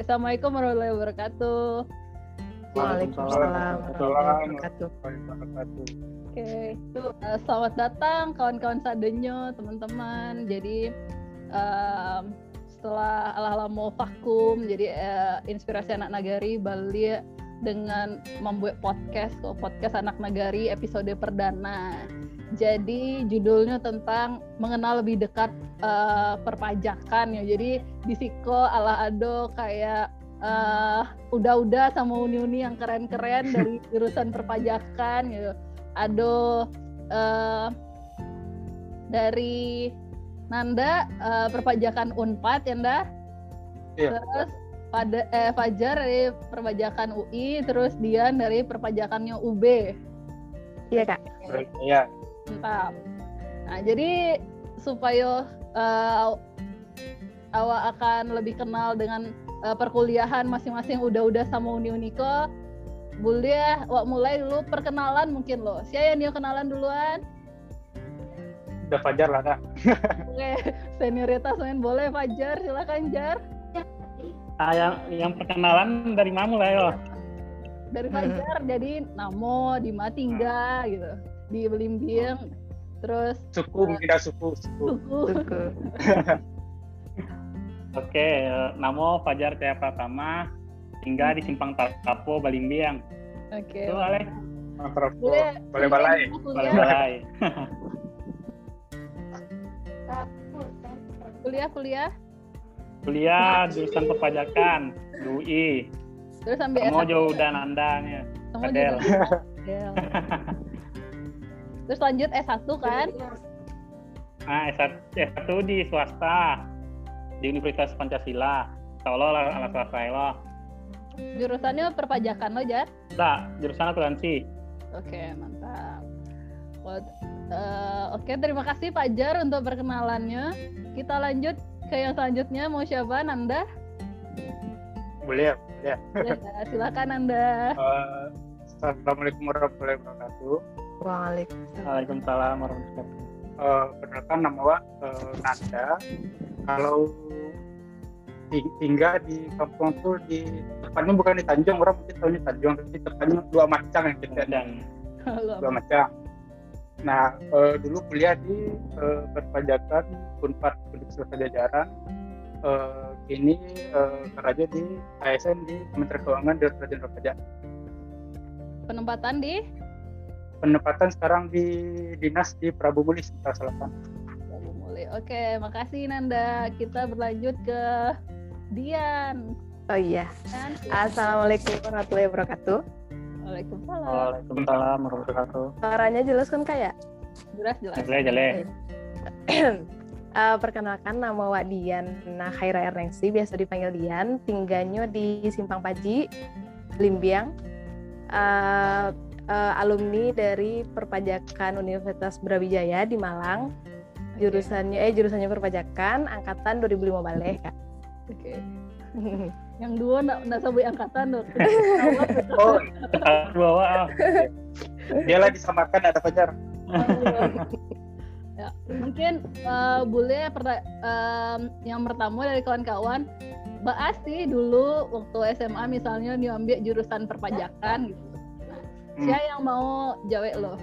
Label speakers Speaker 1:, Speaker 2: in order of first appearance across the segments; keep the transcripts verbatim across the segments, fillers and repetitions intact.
Speaker 1: Assalamualaikum warahmatullahi wabarakatuh.
Speaker 2: Waalaikumsalam warahmatullahi wabarakatuh.
Speaker 1: Oke, uh, selamat datang kawan-kawan Sadenyo, teman-teman. Jadi uh, setelah ala-ala mau vakum, jadi uh, inspirasi anak nagari Bali dengan membuat podcast, podcast anak nagari episode perdana. Jadi judulnya tentang mengenal lebih dekat uh, perpajakan ya. Jadi di Siko ala ado kayak uh, udah-udah sama uni-uni yang keren-keren dari jurusan perpajakan gitu. Ado uh, dari Nanda uh, perpajakan Unpad ya Nda.
Speaker 2: Iya.
Speaker 1: Terus pada eh, Fajar dari perpajakan U I, terus Dian dari perpajakannya U B.
Speaker 3: Iya Kak.
Speaker 2: Iya.
Speaker 1: Mantap. Nah jadi supaya uh, awak akan lebih kenal dengan uh, perkuliahan masing-masing udah-udah sama uni-uniko, boleh awak mulai dulu perkenalan mungkin loh. Siapa yang dia kenalan duluan?
Speaker 2: Udah Fajar lah Kak.
Speaker 1: Oke, senioritas main boleh Fajar, silakan Jar.
Speaker 4: Ah, yang yang perkenalan dari Mamu lah yo.
Speaker 1: Dari Fajar jadi Namo, di Matingga gitu. Di Belimbing, terus
Speaker 2: Suku, tidak suku, suku.
Speaker 1: Suku.
Speaker 3: Suku.
Speaker 4: Oke, namo Fajar Cahaya Pratama, tinggal di Simpang Takapo, Balimbiang.
Speaker 1: Oke.
Speaker 4: Itu Ale,
Speaker 2: Mantap.
Speaker 1: Boleh,
Speaker 2: Boleh balai.
Speaker 1: kuliah,
Speaker 4: balai.
Speaker 1: kuliah, kuliah.
Speaker 4: Kuliah jurusan perpajakan, di U I.
Speaker 1: Terus ambil
Speaker 4: Kamu
Speaker 1: S satu.
Speaker 4: jauh udah nandanya.
Speaker 1: Kamu
Speaker 4: Adel.
Speaker 1: juga Adel. Terus lanjut S satu kan?
Speaker 4: Nah, S satu di swasta, di Universitas Pancasila. Solo lah, ala swasta lo.
Speaker 1: Jurusannya perpajakan lo, Jar?
Speaker 4: Enggak, jurusan akuntansi.
Speaker 1: Oke, mantap. Well, uh, Oke, terima kasih Pak Jar untuk perkenalannya. Kita lanjut ke yang selanjutnya. Mau siapa, Nanda?
Speaker 2: Boleh, boleh.
Speaker 1: Ya, silakan Nanda.
Speaker 2: Uh, Assalamualaikum warahmatullahi wabarakatuh.
Speaker 3: Waalaikumsalam.
Speaker 4: Waalaikumsalam warahmatullahi wabarakatuh.
Speaker 2: Uh, perkenalkan nama Wak uh, Nanda. Kalau ting- tinggal di kampung tuh di tepatnya bukan di Tanjung, orang mungkin tahu di Tanjung, tapi tepatnya dua macam yang kita
Speaker 4: Dan
Speaker 2: dua macam. Nah, uh, dulu kuliah di uh, perpajakan Unpad Universitas Pajajaran. Uh, kini uh, kerja di A S N di Kementerian Keuangan Direktorat Jenderal Pajak.
Speaker 1: Penempatan di
Speaker 2: Penempatan sekarang di dinas di Prabu Muli, Sumatera Selatan.
Speaker 1: Prabu Muli. Oke, makasih Nanda. Kita berlanjut ke Dian.
Speaker 3: Oh iya.
Speaker 1: Kan?
Speaker 3: Assalamualaikum warahmatullahi wabarakatuh.
Speaker 1: Waalaikumsalam.
Speaker 4: Waalaikumsalam warahmatullahi wabarakatuh.
Speaker 3: Suaranya jelas kan Kak ya?
Speaker 1: Jelas jelas.
Speaker 4: Jale jale.
Speaker 3: Uh, perkenalkan nama Wak Dian Nah Khaira Ernengsi, biasa dipanggil Dian, tinggalnya di Simpang Paji, Limbiang. Uh, uh, alumni dari perpajakan Universitas Brawijaya di Malang. Jurusannya eh jurusannya perpajakan angkatan dua ribu lima balik Kak.
Speaker 1: Oke. Yang dua nak nak sabui angkatan dong.
Speaker 2: Oh,
Speaker 4: Bawa.
Speaker 2: dia lagi disamarkan ada Fajar.
Speaker 1: Ya, mungkin uh, boleh perda- um, yang pertama dari kawan-kawan bahas sih dulu waktu S M A misalnya diambil jurusan perpajakan gitu. Nah,
Speaker 2: Hmm.
Speaker 1: siapa yang mau jawab lo?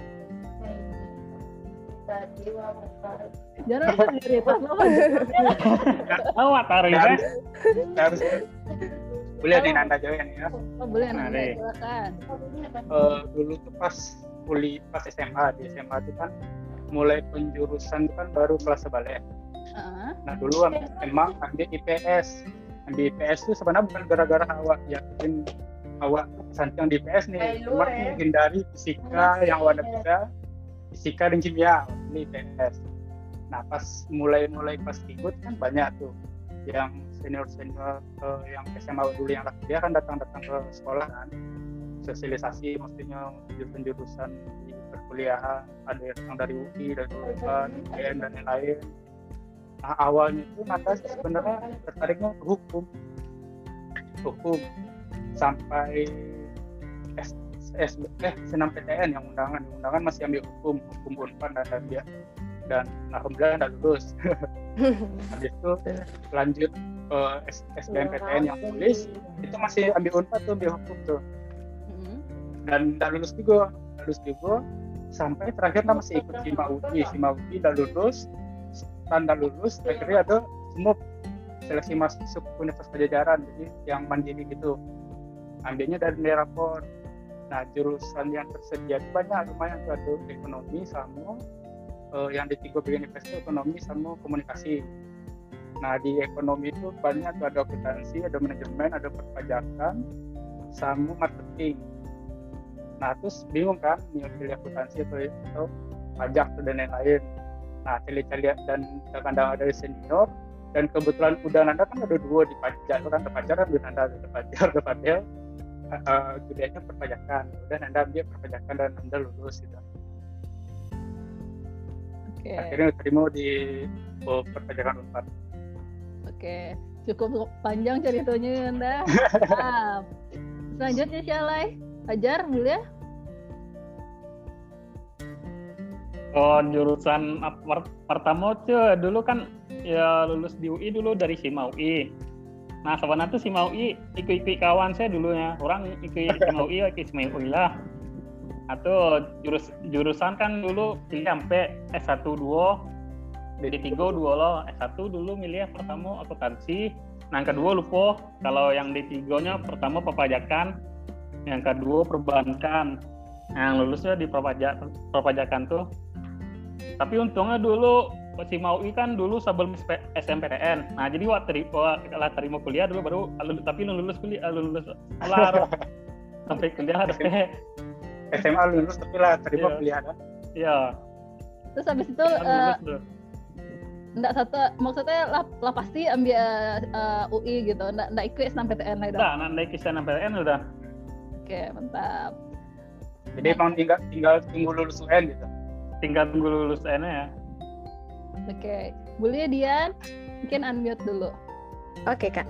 Speaker 1: Jangan sendiri pas lo.
Speaker 4: Oh, taruh
Speaker 2: Harus,
Speaker 4: ya.
Speaker 2: harus boleh nih Nanda jawab ya.
Speaker 1: Oh, boleh
Speaker 4: Nah,
Speaker 1: nanti
Speaker 4: deh.
Speaker 1: silakan.
Speaker 2: Uh, dulu tuh pas kuliah pas S M A di S M A itu kan mulai penjurusan itu kan baru kelas sebalik.
Speaker 1: Uh-huh.
Speaker 2: Nah dulu emang ambil I P S. Ambil I P S itu sebenarnya bukan gara-gara awak yakin awak santiang di I P S nih, cuma menghindari fisika yang awak bisa, fisika dan kimia ini I P S. Nah pas mulai-mulai pas ikut kan banyak tuh yang senior-senior uh, yang S M A dulu yang dia kan datang-datang ke sekolah kan, sosialisasi maksudnya jurusan-jurusan di perkuliahan, ada yang dari U I, dari Unpad, U G M dan lain-lain. Nah awalnya itu Nanda sebenarnya tertariknya ke hukum, hukum sampai S, S, eh senam P T N yang undangan, undangan masih ambil hukum, hukum Unpad dan dia dan alhamdulillah udah lulus. Habis itu lanjut uh, S B M P T N yang tulis itu masih ambil Unpad tuh, ambil hukum tuh.
Speaker 1: Mm-hmm.
Speaker 2: Dan udah lulus juga, lulus juga sampai terakhir lah masih ikut SIMA U I, SIMA U I udah lulus, tanda lulus, akhirnya ada semua seleksi masuk Universitas Pajajaran, jadi yang mandiri gitu, ambilnya dari Nerapor. Nah jurusan yang tersedia itu banyak, lumayan tuh, ada ekonomi sama uh, yang di tiga universitas ekonomi sama komunikasi. Nah di ekonomi itu banyak tuh, ada akuntansi, ada manajemen, ada perpajakan, sama marketing. Nah terus bingung kan, nih pilih akuntansi atau, atau pajak dan lain-lain. Nah cari-cari dan kadang ada senior, dan kebetulan udah Nanda kan ada dua di pajak, kan ada pajak kan udah Nanda ada pajak, ada padel, uh, gedenya perpajakan. Udah Nanda ambil perpajakan dan Nanda lulus gitu.
Speaker 1: Oke. Okay.
Speaker 2: Akhirnya terima di oh, perpajakan Unpad.
Speaker 1: Oke, cukup panjang ceritanya Nanda. Nah, selanjutnya Syalai, Fajar boleh?
Speaker 4: Oh, jurusan per- pertama tuh dulu kan ya lulus di U I dulu dari SIMA U I. Nah sebenarnya tuh SIMA U I ikut-ikut kawan saya dulunya, orang ikut SIMA U I, ikut SIMA U I lah. Atau jurus jurusan kan dulu pilih sampai S satu dua, D tiga dua loh. S satu dulu milih pertama akuntansi, nah yang kedua lupa. Kalau yang D tiga-nya pertama perpajakan, yang kedua perbankan. Nah, yang lulusnya di perpajak perpajakan tuh. Tapi untungnya dulu SIMA U I kan dulu sebelum S M P T N. Nah, jadi waktu terima, terima kuliah dulu baru tapi lulus kuliah, lulus sekolah sampai kuliah harus
Speaker 2: S M A lulus tapi lah terima kuliah kan.
Speaker 4: Iya.
Speaker 1: Terus habis itu uh, enggak satu maksudnya lah, lah pasti ambil uh, U I gitu. Enggak enggak ikut S M P T N lah itu.
Speaker 4: Enggak, enggak ikut S M P T N udah.
Speaker 1: Oke, mantap.
Speaker 2: Jadi emang tinggal tinggal tunggu lulus U N gitu.
Speaker 4: Tinggal tunggu lulus U N ya.
Speaker 1: Oke, boleh Dian, mungkin unmute dulu.
Speaker 3: Oke kak.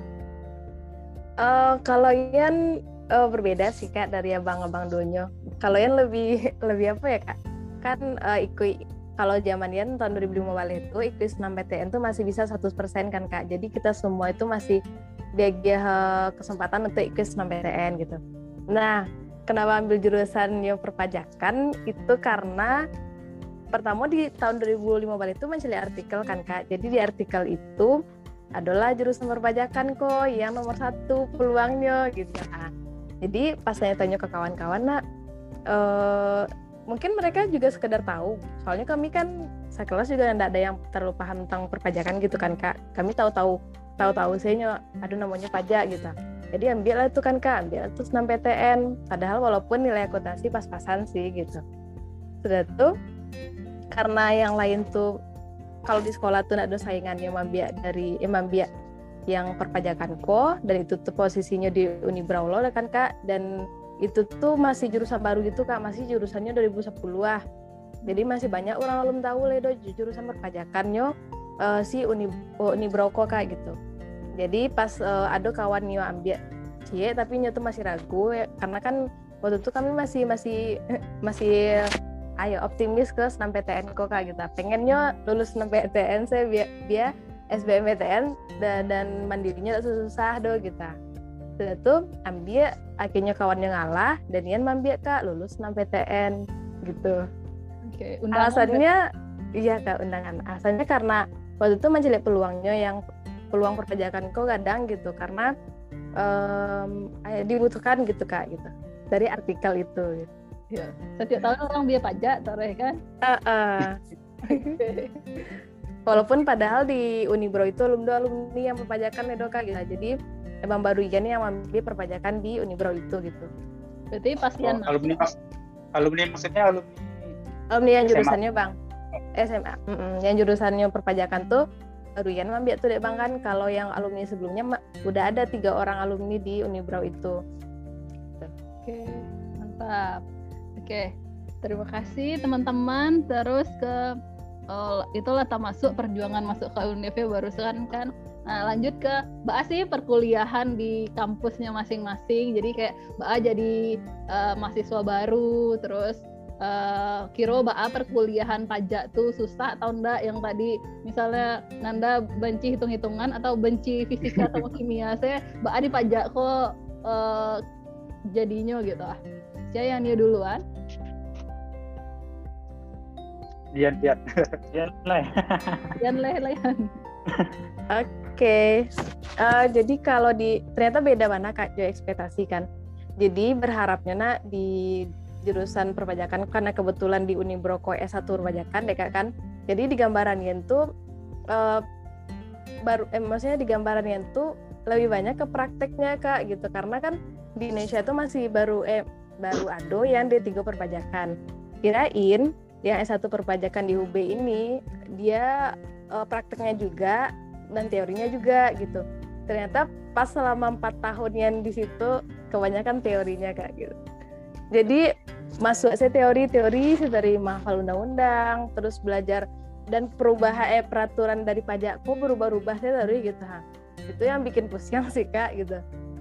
Speaker 3: Uh, kalau Ian uh, berbeda sih kak dari abang-abang Donyo. Kalau Ian lebih lebih apa ya kak? Kan uh, ikut kalau zaman Ian tahun dua ribu lima belas itu ikut S N M P T N tuh masih bisa seratus persen kan kak. Jadi kita semua itu masih dibagi uh, kesempatan untuk ikut S N M P T N gitu. Nah, kenapa ambil jurusan yang perpajakan itu karena pertama di tahun dua ribu lima belas itu mencari artikel kan kak. Jadi di artikel itu adalah jurusan perpajakan kok yang nomor satu peluangnya gitu kan. Jadi pas saya tanya ke kawan-kawan, nak eh, mungkin mereka juga sekedar tahu. Soalnya kami kan sekelas juga tidak ada yang terlalu paham tentang perpajakan gitu kan kak. Kami tahu-tahu tahu-tahu saya ada namanya pajak gitu. Jadi ambil lah itu kan kak, ambil itu S N M P T N. Padahal walaupun nilai akuntansi pas-pasan sih gitu. Sudah tuh karena yang lain tuh kalau di sekolah tuh ada saingannya mambia dari eh, mambia yang perpajakan ko, dan itu tuh posisinya di Unibraulo kan kak, dan itu tuh masih jurusan baru gitu kak, masih jurusannya dua ribu sepuluh ah. Jadi masih banyak orang belum tahu ledo jurusan perpajakannya uh, si Uni Unibrauko kak gitu. Jadi pas uh, ada kawan yang ambil cie tapi nya tuh masih ragu ya, karena kan waktu itu kami masih masih masih ayo optimis ke S N M P T N kok kak gitu. Pengennya lulus S N M P T N saya biar biar S B M P T N dan, dan mandirinya tak susah do gitu. Sudah tuh ambil akhirnya kawannya ngalah dan Ian ambil kak lulus S N M P T N gitu.
Speaker 1: Oke,
Speaker 3: alasannya iya kak undangan. Alasannya karena waktu itu mencari peluangnya yang peluang perpajakan kok kadang gitu karena um, dibutuhkan gitu kak gitu dari artikel itu. Gitu.
Speaker 1: Ya, setiap tahun orang biaya pajak, toreh kan?
Speaker 3: Uh, uh. Walaupun padahal di Unibro itu alumni-alumni yang perpajakan ya kak gitu. Jadi emang baru Ian yang ambil perpajakan di Unibro itu gitu.
Speaker 1: Berarti pasien
Speaker 2: oh, alumni mas, alumni maksudnya alumni
Speaker 3: alumni yang jurusannya bang S M A, mm-mm. yang jurusannya perpajakan tuh baru Ian ambil tuh deh bang kan. Kalau yang alumni sebelumnya ma- udah ada tiga orang alumni di Unibro itu.
Speaker 1: Oke, mantap. Oke, terima kasih teman-teman. Terus ke oh, itulah tak masuk perjuangan masuk ke U N I V barusan kan. Nah lanjut ke Mbak A sih perkuliahan di kampusnya masing-masing. Jadi kayak Mbak A jadi uh, mahasiswa baru, terus uh, kiro baa perkuliahan pajak tuh susah atau enggak, yang tadi misalnya Nanda benci hitung-hitungan atau benci fisika sama kimia, saya baa di pajak kok uh, jadinya gitu ah. Saya yang dia duluan.
Speaker 2: Dian Dian.
Speaker 4: Dian lah.
Speaker 1: Dian leh lehan.
Speaker 3: Oke, okay. uh, jadi kalau di ternyata beda mana Kak Jo ekspektasi kan. Jadi berharapnya nak di jurusan perpajakan karena kebetulan di Unibro ko S satu perpajakan deh Kak kan. Jadi di gambaran yang tuh uh, baru eh, maksudnya di gambaran yang tuh lebih banyak ke prakteknya Kak gitu, karena kan di Indonesia itu masih baru eh baru ado yang D tiga perpajakan. Kirain yang S satu perpajakan di U B ini dia uh, prakteknya juga dan teorinya juga gitu. Ternyata pas selama empat tahun yang di situ kebanyakan teorinya Kak gitu. Jadi masuk saya teori-teori dari menghafal undang-undang, terus belajar dan perubahan eh peraturan dari pajak kok berubah-ubah saya teori gitu ha. Itu yang bikin pusing sih Kak gitu.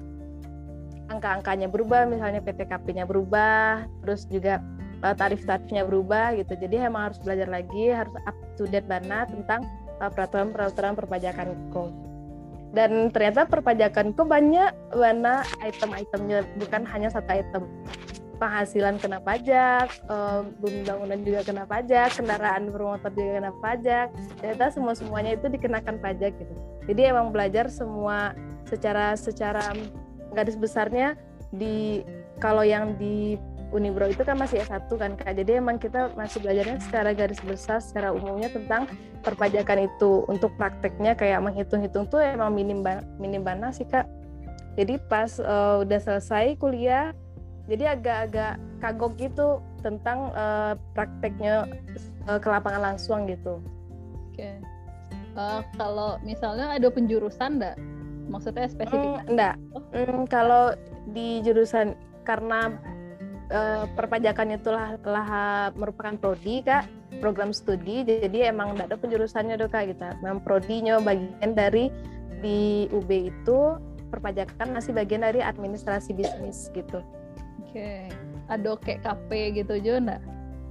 Speaker 3: Angka-angkanya berubah, misalnya P T K P-nya berubah, terus juga tarif-tarifnya berubah gitu. Jadi emang harus belajar lagi, harus up to date banget tentang uh, peraturan-peraturan perpajakan kok. Dan ternyata perpajakan kok banyak banget item-itemnya, bukan hanya satu item. Penghasilan kena pajak, uh, undang-undang juga kena pajak, kendaraan bermotor juga kena pajak. Ternyata semua-semuanya itu dikenakan pajak gitu. Jadi emang belajar semua secara secara garis besarnya di kalau yang di Unibro itu kan masih S satu kan Kak, jadi emang kita masih belajarnya secara garis besar, secara umumnya tentang perpajakan itu. Untuk prakteknya kayak menghitung-hitung tuh emang minim ba- minim banget sih Kak. Jadi pas uh, udah selesai kuliah, jadi agak-agak kagok gitu tentang uh, prakteknya uh, ke lapangan langsung gitu.
Speaker 1: Oke. Okay. Uh, kalau misalnya ada penjurusan enggak? Maksudnya spesifik?
Speaker 3: Mm, enggak.
Speaker 1: Oh.
Speaker 3: Mm, kalau di jurusan karena Uh, perpajakan itulah telah merupakan prodi Kak, program studi, jadi emang tidak ada penjurusannya dong Kak gitu. Memang prodinya bagian dari di U B itu perpajakan masih bagian dari administrasi bisnis gitu.
Speaker 1: Oke, okay. Ada kayak K P gitu juga enggak?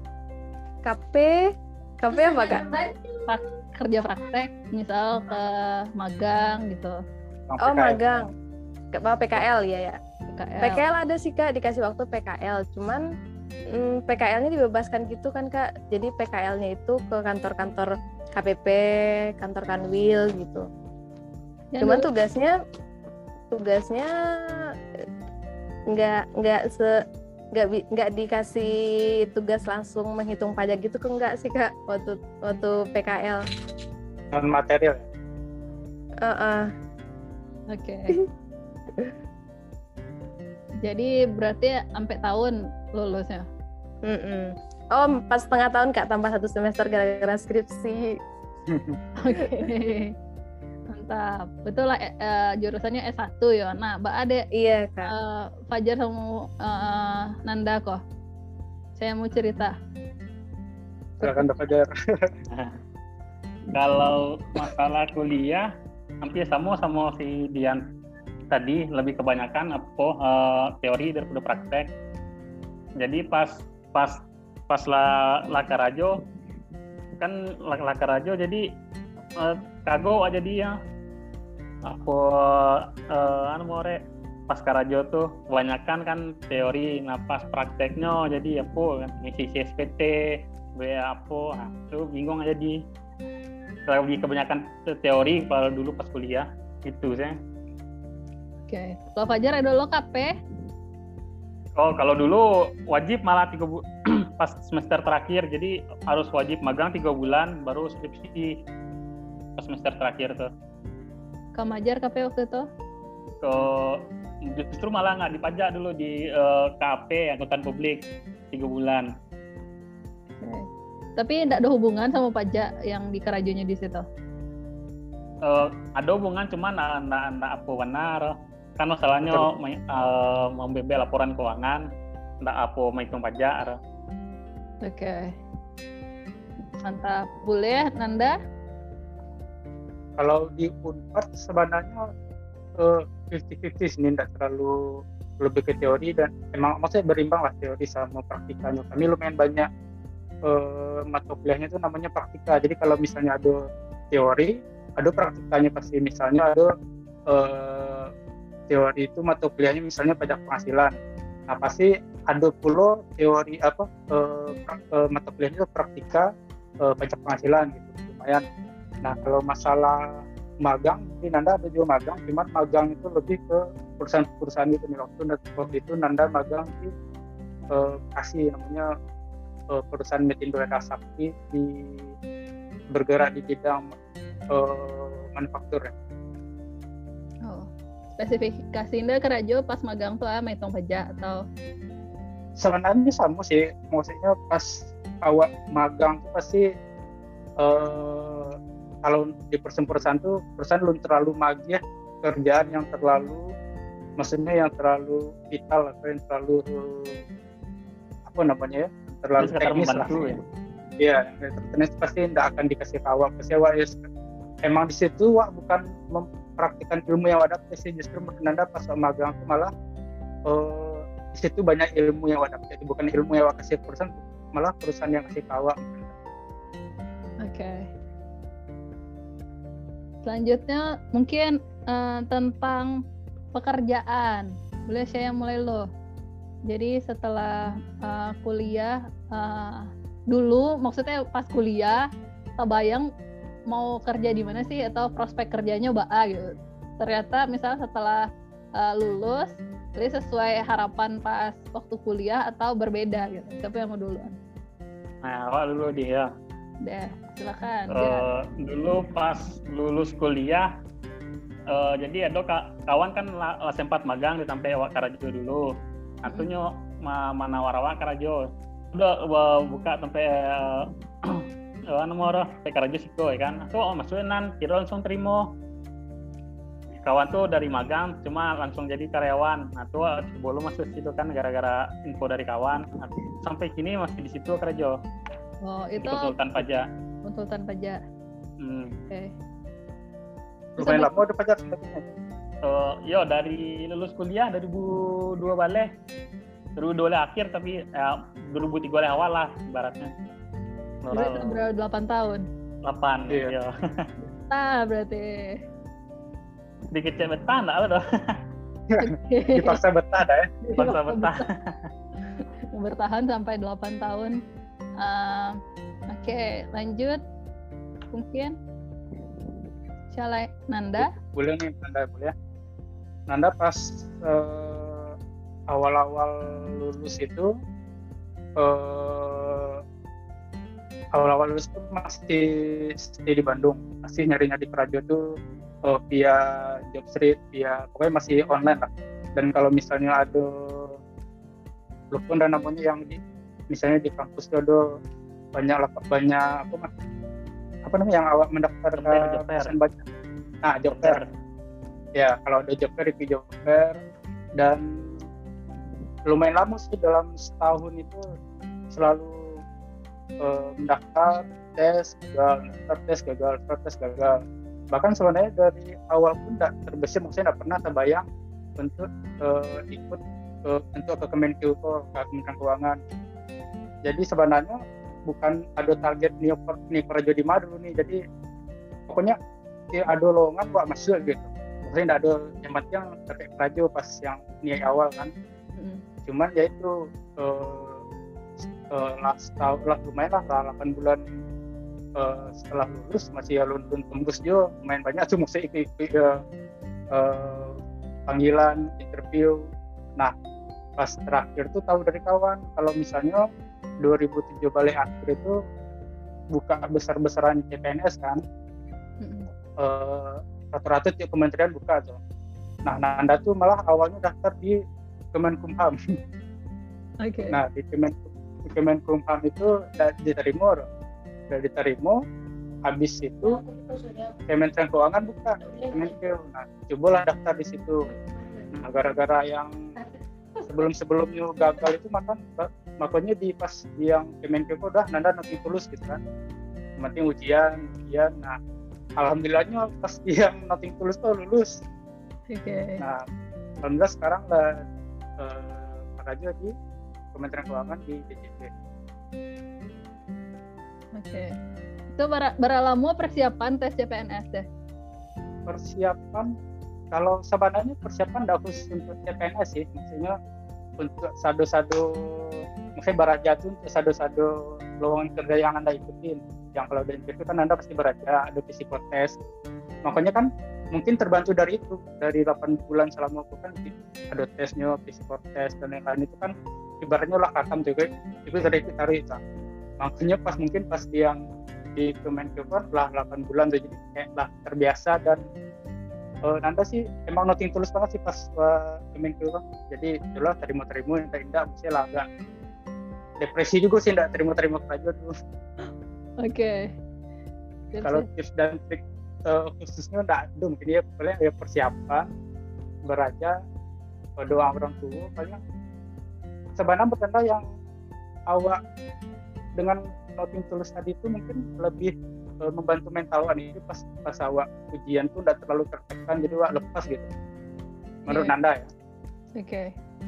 Speaker 3: K P, K P apa Kak?
Speaker 1: Pak, kerja praktek, misal ke magang gitu.
Speaker 3: Oh magang, ke P K L ya ya.
Speaker 1: P K L.
Speaker 3: P K L ada sih Kak, dikasih waktu P K L, cuman hmm, P K L-nya dibebaskan gitu kan Kak. Jadi P K L-nya itu ke kantor-kantor K P P, kantor Kanwil gitu. Ya, cuman dulu. tugasnya tugasnya nggak nggak se nggak nggak dikasih tugas langsung menghitung pajak gitu kok enggak sih Kak waktu waktu P K L.
Speaker 2: Non material.
Speaker 3: Uh-uh.
Speaker 1: Oke. Okay. Jadi berarti sampai tahun lulusnya?
Speaker 3: Mm-mm. Oh, pas setengah tahun Kak, tambah satu semester gara-gara skripsi.
Speaker 1: Oke, okay. Mantap. Betul lah, eh, jurusannya S satu ya. Nah, Mbak Ade,
Speaker 3: iya Kak.
Speaker 1: Eh, Fajar sama eh, Nanda kok. Saya mau cerita.
Speaker 2: Silakan Fajar.
Speaker 4: Kalau masalah kuliah, hampir sama sama si Dian. Tadi lebih kebanyakan apa uh, teori daripada praktek. Jadi pas pas pas la lakarajo kan lakarajo jadi uh, kago aja dia apa uh, anu more pas karajo tuh kebanyakan kan teori, nah pas prakteknya jadi apa ngisi C S P T be apa nah, tuh bingung aja di lebih kebanyakan teori kalau dulu pas kuliah gitu sih.
Speaker 1: Oke, kalau Fajar ada lo K P?
Speaker 4: Oh, kalau dulu wajib malah tiga bu- pas semester terakhir, jadi harus wajib magang tiga bulan baru skripsi pas semester terakhir tuh.
Speaker 1: Kamu ajar K P waktu itu?
Speaker 4: So, justru malah nggak dipajak dulu di uh, K P angkutan publik tiga bulan.
Speaker 1: Oke. Tapi tidak ada hubungan sama pajak yang di kerajonya di situ?
Speaker 4: Uh, ada hubungan cuman anda anda apa benar. Kan masalahnya uh, membebe laporan keuangan, ndak apa menghitung pajak.
Speaker 1: Oke, okay. Mantap. Boleh, Nanda?
Speaker 2: Kalau di Unpad sebenarnya uh, fifty fifty sih, ndak terlalu lebih ke teori dan emang maksudnya berimbang lah teori sama praktikanya. Kami lumayan banyak uh, mata kuliahnya itu namanya praktika. Jadi kalau misalnya ada teori, ada praktikanya pasti. Misalnya ada uh, teori itu mata kuliahnya misalnya pajak penghasilan. Nah pasti ada pula teori apa uh, uh, mata kuliahnya itu praktika uh, pajak penghasilan gitu. Lumayan. Nah kalau masalah magang, di Nanda ada juga magang, cuman magang itu lebih ke perusahaan-perusahaan itu nih. Waktu, waktu itu Nanda magang di uh, kasih namanya uh, perusahaan Metindo Eda Sakti di bergerak di bidang uh, manufaktur ya.
Speaker 1: Oh, spesifikasi Nanda kerja pas magang tuh ah menghitung pajak atau?
Speaker 2: Sebenarnya sama sih, maksudnya pas awal magang tuh pasti uh, kalau di perusahaan-perusahaan tuh perusahaan belum terlalu magih ya, kerjaan yang terlalu maksudnya yang terlalu vital atau yang terlalu apa namanya ya terlalu teknis lah ya. Iya, teknis pasti tidak akan dikasih tahu pasti wak ya, emang di situ wak bukan mempraktikkan ilmu yang wadah sih, justru menanda pas magang tuh malah uh, di situ banyak ilmu yang wadah, jadi bukan ilmu yang wak kasih perusahaan, malah perusahaan yang kasih tahu. Oke.
Speaker 1: Okay. Selanjutnya mungkin uh, tentang pekerjaan. Boleh saya mulai lo. Jadi setelah uh, kuliah uh, dulu, maksudnya pas kuliah, kebayang mau kerja di mana sih atau prospek kerjanya baa gitu. Ternyata misalnya setelah uh, lulus, jadi sesuai harapan pas waktu kuliah atau berbeda gitu. Siapa yang mau duluan?
Speaker 4: Nah, awak dulu dia.
Speaker 1: Deh, silakan.
Speaker 4: Uh, dulu pas lulus kuliah, uh, jadi ada kawan kan lah sempat magang di sampai awak karajo dulu. Atunya ma mana warawak karajo. Udah uh, buka sampai uh, uh, nomor sampai karajo siko ya kan. Aku oh, masukin nan, kira langsung terima. Kawan tuh dari magang cuma langsung jadi karyawan. Nah tuh sebelum masuk situ kan gara-gara info dari kawan. Nah, sampai kini masih di situ karajo.
Speaker 1: Oh, itu
Speaker 4: konsultan pajak.
Speaker 1: Konsultan pajak.
Speaker 4: Hmm.
Speaker 1: Oke. Okay.
Speaker 2: Lumayan lama udah pajak sebenarnya.
Speaker 4: Uh, yo dari lulus kuliah dua ribu dua balik. dua ribu dua akhir tapi ya, dua ribu tiga awal lah ibaratnya.
Speaker 1: Berarti berapa delapan tahun?
Speaker 4: delapan
Speaker 2: iya.
Speaker 4: Yo.
Speaker 1: Betah berarti.
Speaker 4: Dikit betah enggak ada dong.
Speaker 2: Dipaksa betah dah ya.
Speaker 4: Dipaksa betah.
Speaker 1: Bertahan sampai delapan tahun. Uh, Oke, okay, lanjut. Mungkin Shalai Nanda.
Speaker 2: Boleh nih Nanda, boleh. Nanda pas uh, awal-awal lulus itu uh, awal-awal lulus itu masih stay di Bandung, masih nyari-nyari kerja tuh uh, via Jobstreet, via pokoknya masih online lah. Dan kalau misalnya ada walaupun dan namanya yang di misalnya di kampus itu ada banyak banyak apa mah apa namanya yang awak mendaftar ke perusahaan banyak. Nah, job fair. Ya, kalau ada job fair itu job fair dan lumayan lama sih dalam setahun itu selalu uh, mendaftar, tes, gagal, mendaftar, tes, gagal, mendaftar, tes, gagal. Bahkan sebenarnya dari awal pun tidak terbesit, maksudnya tidak pernah terbayang untuk uh, ikut uh, untuk ke Kemenkominfo, ke Kementerian Keuangan. Jadi sebenarnya bukan ada target nih nih kerja di mana dulu nih. Jadi pokoknya ya ada lowongan buat masuk gitu. Maksudnya tidak ada yang penting terkait kerja pas yang niat awal kan. Mm. Cuman ya itu uh, uh, lah setahun lah lumayan lah delapan bulan uh, setelah lulus masih ya lulus tembus juga lumayan banyak tuh masih ikut uh, uh, panggilan interview. Nah pas terakhir tuh tahu dari kawan kalau misalnya dua ribu tujuh balik akhir itu buka besar-besaran C P N S kan, mm-hmm. uh, rata-rata tiap kementerian buka tuh. Nah Nanda tuh malah awalnya daftar di Kemenkumham.
Speaker 1: Okay. Nah
Speaker 2: di, Kemen, di Kemenkumham itu udah diterima, udah diterima. Habis itu Kementerian Keuangan buka Kemenkeu. Nah cobalah daftar di situ. Nah gara-gara yang sebelum-sebelumnya gagal itu makan makanya di pas yang Kemenkeu udah Nanda nanti tulus gitu kan, penting ujian ujian. Nah alhamdulillahnya pas yang nanti tulus tuh lulus.
Speaker 1: Okay.
Speaker 2: Nah alhamdulillah sekarang lah uh, Karajo di Kementerian Keuangan di D J P.
Speaker 1: Oke. Itu ber- berapa lama persiapan tes C P N S deh?
Speaker 2: Persiapan, kalau sebenarnya persiapan tidak khusus untuk C P N S sih, maksudnya untuk sado-sado, mungkin beraja itu untuk sado-sado lowongan kerja yang Anda ikutin. Yang kalau dari itu kan Anda pasti beraja, ada psikotes. Makanya kan mungkin terbantu dari itu, dari delapan bulan selama aku kan ada tesnya, psikotes dan lain-lain itu kan ibaratnya lah katam juga, itu dari itu taruh itu. Makanya pas mungkin pas yang di Kemenkeu lah delapan bulan tuh, jadi kayak lah terbiasa dan uh, Nanda sih emang noting tulus banget sih pas uh, Kemenkeu kan. Jadi itulah terima-terima, indah-indah, mesti lah agak depresi juga sih, enggak terima-terima kerja dulu.
Speaker 1: Oke. Okay.
Speaker 2: Kalau tips dan trik uh, khususnya enggak ada, mungkin ya paling ya persiapan, beraja, doa orang tua, paling sebenarnya bertanda yang awak dengan noting tulus tadi itu mungkin lebih uh, membantu mental awak nih pas pas awak ujian tuh enggak terlalu tertekan, jadi awak lepas gitu. Menurut
Speaker 1: Okay.
Speaker 2: Nanda ya.
Speaker 1: Oke. Okay.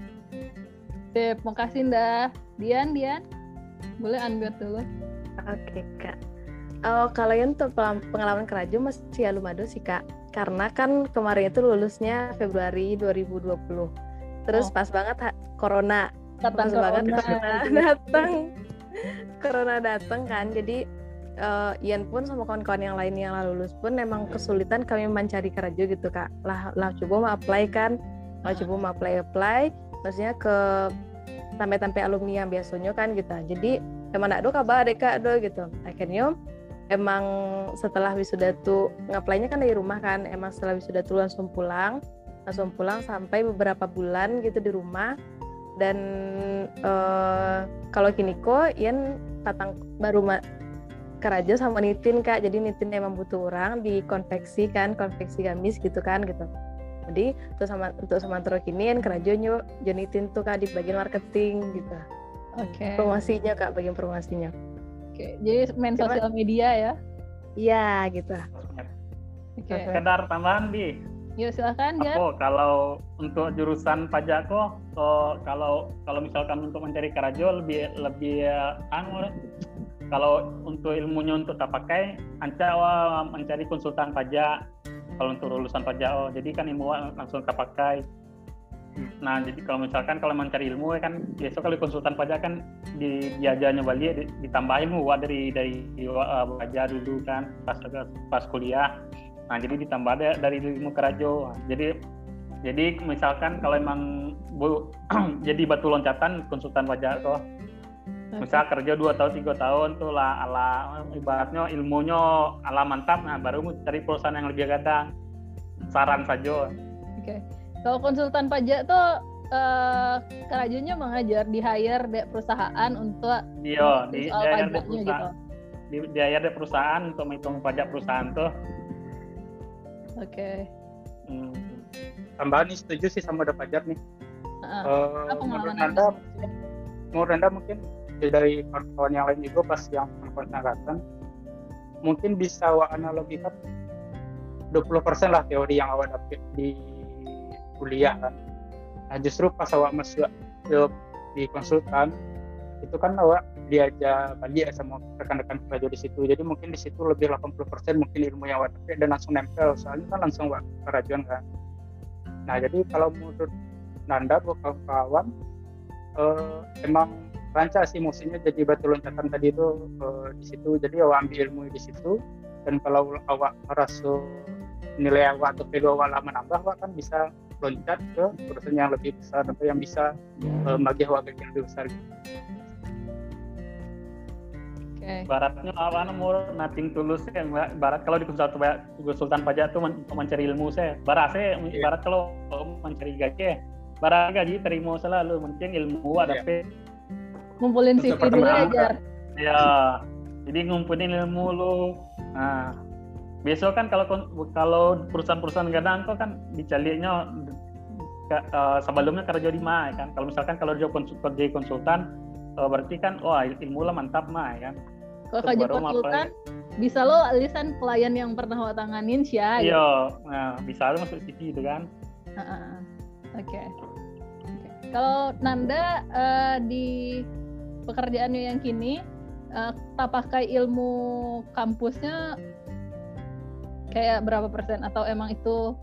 Speaker 1: Sip, makasih Nda. Dian, Dian, boleh unmute dulu.
Speaker 3: Oke kak. Oh, kalau yang untuk pengalaman Karajo masih alumado sih kak. Karena kan kemarin itu lulusnya Februari dua ribu dua puluh. Terus
Speaker 1: Oh.
Speaker 3: pas banget ha- corona.
Speaker 1: Datang
Speaker 3: Pas banget
Speaker 1: corona.
Speaker 3: corona datang. Corona datang kan. Jadi uh, Ian pun sama kawan-kawan yang lain yang lulus pun memang kesulitan kami mencari Karajo gitu kak. Lah, lah coba mau apply kan. Lah coba mau apply apply. Maksudnya ke sampai-sampai alumni yang biasanya kan gitu. Jadi emang nak do kabar deh kak do gitu. Akhirnya emang setelah wisuda tuh ngaplainya kan dari rumah kan. Emang setelah wisuda tuh langsung pulang, langsung pulang sampai beberapa bulan gitu di rumah. Dan uh, kalau kini kok Ian tatang baru ma- Karajo sama Nitin kak. Jadi Nitin emang butuh orang di konveksi kan, konveksi gamis gitu kan gitu. Jadi untuk sama untuk sementara kini Ian Karajo nyo Nitin tuh kak di bagian marketing gitu.
Speaker 1: Oke.
Speaker 3: Promosinya kak, bagian promosinya.
Speaker 1: Oke. Jadi main
Speaker 3: Gimana?
Speaker 1: sosial media ya.
Speaker 3: Iya gitu.
Speaker 1: Oke.
Speaker 4: Sekedar tambahan di
Speaker 1: Yuk silakan Dian.
Speaker 4: aku kalau untuk jurusan pajak kok so, kalau kalau misalkan untuk mencari Karajo lebih lebih anu kalau untuk ilmunya untuk tak pakai anca wah, mencari konsultan pajak kalau untuk lulusan pajak oh jadi kan ilmu langsung tak pakai. Nah jadi kalau misalkan kalau mencari ilmu kan biasa kalau konsultan pajak kan di diajarnya balik ditambahin wah dari dari uh, pajak dulu kan pas pas kuliah. Nah jadi ditambah ada dari ilmu Karajo. Jadi jadi misalkan kalau emang bu, jadi batu loncatan konsultan pajak tuh. Misal kerja dua tahun tiga tahun tuh lah ala ibaratnya ilmunya ala mantap, nah baru mau cari perusahaan yang lebih gadang. Saran saja.
Speaker 1: Oke. Kalau konsultan pajak tuh uh, Karajonya mengajar di hire di perusahaan untuk
Speaker 4: Iya, di
Speaker 1: soal
Speaker 4: hire di
Speaker 1: pajaknya
Speaker 4: perusahaan.
Speaker 1: gitu.
Speaker 4: Di, di hire di perusahaan untuk menghitung pajak perusahaan tuh.
Speaker 1: Oke.
Speaker 4: Hmm.
Speaker 2: Tambahan nih setuju sih sama ada pajar nih.
Speaker 1: Uh,
Speaker 2: Uh,
Speaker 1: apa pengalaman
Speaker 2: menurut Nanda, menurut Nanda mungkin dari kawan-kawan yang lain juga pas yang konsentrasi mungkin bisa awak analogikan dua puluh persen lah teori yang awak dapat di kuliah kan. Nah justru pas awak masuk di konsultan itu kan awak diajak balik sama rekan-rekan kerja di situ. Jadi mungkin di situ lebih delapan puluh persen mungkin ilmu yang awak dapat dan langsung nempel soalnya kan langsung awak kerajuan kan. Nah jadi kalau menurut Nanda buat kawan-kawan uh, emang rancak sih maksudnya jadi batu loncatan tadi itu uh, di situ. Jadi awak ambil ilmu di situ dan kalau awak merasa nilai awak atau value awak lama nambah, awak kan bisa loncat ke perusahaan yang lebih besar atau yang bisa uh, bagi awak gaji lebih besar.
Speaker 1: Oke.
Speaker 4: Baratnya apa nomor nothing tulus ya. Barat kalau di konsultan, konsultan pajak tuh men- mencari ilmu saya. Barat saya
Speaker 2: Yeah.
Speaker 4: barat kalau mencari gaji, barat gaji terima selalu penting ilmu ada
Speaker 2: Yeah.
Speaker 1: Ngumpulin C V
Speaker 2: Untuk
Speaker 1: dulu ya
Speaker 2: pertemanan.
Speaker 1: Jar.
Speaker 4: Ya, jadi ngumpulin ilmu lu. Nah, besok kan kalau kalau perusahaan-perusahaan gadang kok kan dicarinya uh, sebelumnya kerja di mana kan. Kalau misalkan kalau dia konsultan, kerja konsultan uh, berarti kan wah ilmu lah mantap mah ya kan.
Speaker 1: Kalau
Speaker 4: Terus
Speaker 1: kerja
Speaker 4: baru
Speaker 1: konsultan bisa lo lisan pelayan yang pernah lo tanganin sih ya.
Speaker 4: Iya, nah bisa lu masuk C V itu kan.
Speaker 1: Heeh. Oke. Oke. Kalau Nanda uh, di pekerjaannya yang kini, uh, tak pakai ilmu kampusnya kayak berapa persen atau emang itu?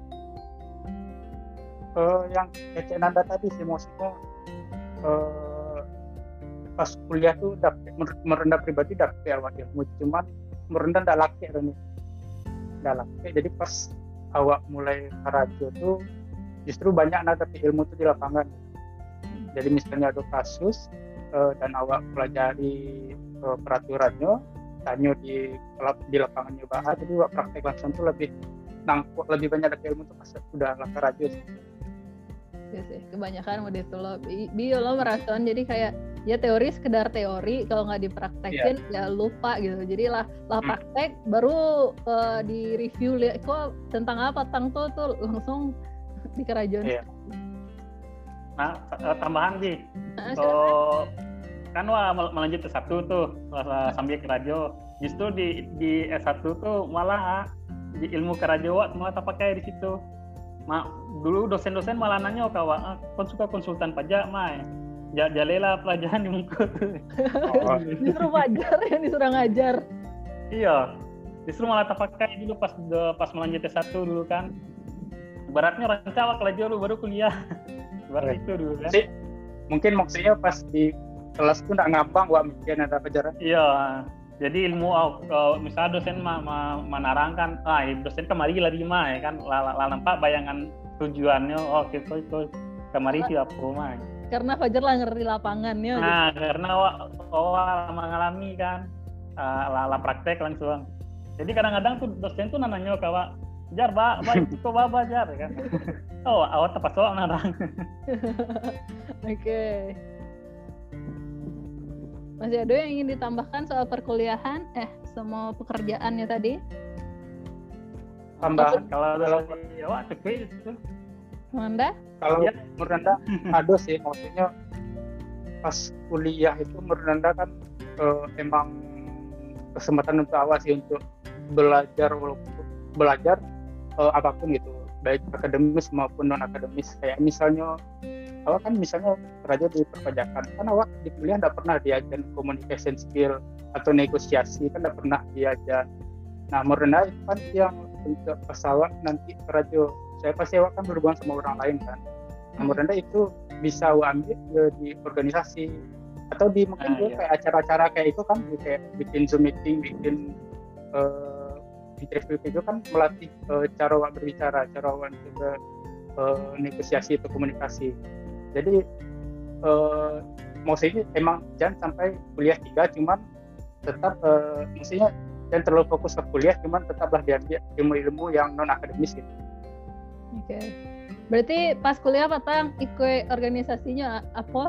Speaker 2: Uh, yang kayak Nanda tadi sih maksudnya uh, pas kuliah tuh dapet, merendah pribadi dapet awak ilmu, cuman merendah ndak laki nih, ndak laki. Jadi pas awak mulai karajo tuh justru banyak nanda dapet ilmu tuh di lapangan. Jadi misalnya ada kasus uh, dan awak pelajari uh, peraturannya, tanya di di lapangannya bahas, jadi awak praktek langsung tuh lebih nangkuk, lebih banyak dapet ilmu tuh pas udah lah karajo sih.
Speaker 1: Ya sih, kebanyakan udah itu loh. Bio lo merasakan jadi kayak ya teori sekedar teori, kalau nggak dipraktekin yeah. ya lupa gitu. Jadi lah lah praktek hmm. baru uh, di review lihat kok tentang apa tang tuh tuh langsung di kerajon. Yeah.
Speaker 4: Nah tambahan sih, nah, so, kan wah melanjut ke satu tuh sambil kerajo. Justru di di S satu tuh malah di ilmu kerajo malah tak pakai di situ. Ma, dulu dosen-dosen malah nanya kawan, kon suka konsultan pajak mai, jalela pelajaran di muka tuh.
Speaker 1: Oh. Disuruh pajar yang disuruh ngajar.
Speaker 4: Iya, justru malah tak pakai dulu pas pas melanjut S satu dulu kan. Baratnya rancawa kelajar dulu baru kuliah. Barat itu dulu kan.
Speaker 2: Si, mungkin maksudnya pas di kelas tuh nggak ngambang wah mikir ada pelajaran.
Speaker 4: Iya. Jadi ilmu uh, misalnya dosen ma, ma, menerangkan, ah dosen kemari lagi mah ya kan, lah nampak bayangan tujuannya, oh gitu itu kemari sih apa mah.
Speaker 1: Karena Fajar lah ngerti lapangannya.
Speaker 4: Nah
Speaker 1: gitu.
Speaker 4: karena oh mengalami kan, uh, lah, lah praktek langsung. Jadi kadang-kadang tuh dosen tuh nanya kawan, jar ba, ba itu ba jar kan. Oh awat tepat soal narang.
Speaker 1: Oke. Masih ada yang ingin ditambahkan soal perkuliahan? Eh, semua pekerjaannya tadi?
Speaker 2: Tambahan
Speaker 4: kalau dari awak cukup itu.
Speaker 1: Manda?
Speaker 2: Kalau ya. Menurut ada sih, maksudnya pas kuliah itu menurut kan eh, emang kesempatan untuk awak sih untuk belajar walaupun belajar eh, apapun gitu, baik akademis maupun non akademis. Kayak misalnya awak kan misalnya kerja di perpajakan, kan awak di kuliah nggak pernah diajar communication skill atau negosiasi, kan nggak pernah diajar. Nah menurut itu kan yang untuk pas awak nanti kerja, saya pasti awak kan berhubungan sama orang lain kan. Nah menurut itu bisa awak ambil ya, di organisasi atau di mungkin ah, iya. kayak acara-acara kayak itu kan, kayak bikin zoom meeting, bikin uh, interview itu kan melatih uh, cara awak berbicara, cara awak juga uh, negosiasi atau komunikasi. Jadi uh, maksudnya emang jangan sampai kuliah tiga, cuman tetap uh, maksudnya jangan terlalu fokus ke kuliah, cuman tetaplah diambil ilmu-ilmu yang non akademis gitu.
Speaker 1: Oke. Okay. Berarti pas kuliah apa tang ikut organisasinya apa?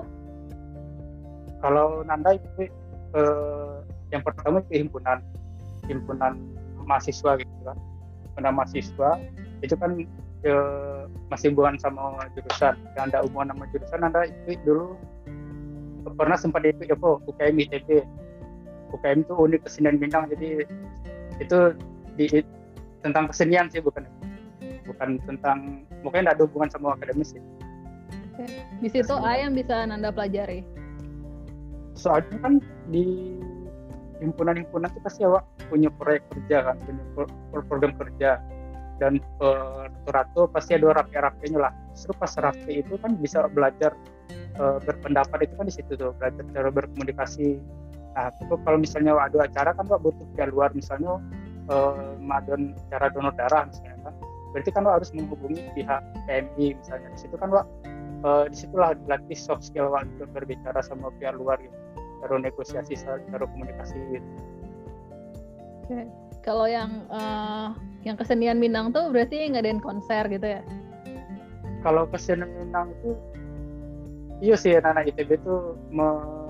Speaker 2: Kalau Nanda itu uh, yang pertama itu himpunan, himpunan mahasiswa gitu kan. Himpunan mahasiswa itu kan uh, masih hubungan sama jurusan, yang ada hubungan sama jurusan. Anda ikut dulu pernah sempat ikut apa U K M I T B. U K M itu Unit Kesenian Minang, jadi itu di tentang kesenian sih, bukan bukan tentang, mungkin ada hubungan sama akademis sih.
Speaker 1: Oke. Di situ A yang bisa Nanda pelajari.
Speaker 2: Soalnya kan di himpunan-himpunan itu pasti awak punya proyek kerja kan, punya program kerja. Dan uh, ratu-ratu pasti ada rapi-rapinya lah. Justru pas rapi itu kan bisa belajar uh, berpendapat, itu kan di situ tuh, belajar cara berkomunikasi. Nah itu kalau misalnya ada acara kan Pak butuh pihak luar, misalnya uh, madon cara donor darah misalnya kan, berarti kan Pak harus menghubungi pihak P M I misalnya. Di situ kan Pak uh, di situlah dilatih soft skill Pak untuk berbicara sama pihak luar gitu, cara negosiasi, cara komunikasi gitu.
Speaker 1: Oke. Kalau yang uh, yang kesenian Minang tuh berarti ngadain konser gitu ya?
Speaker 2: Kalau kesenian Minang itu, iya sih anak-anak I T B tuh me,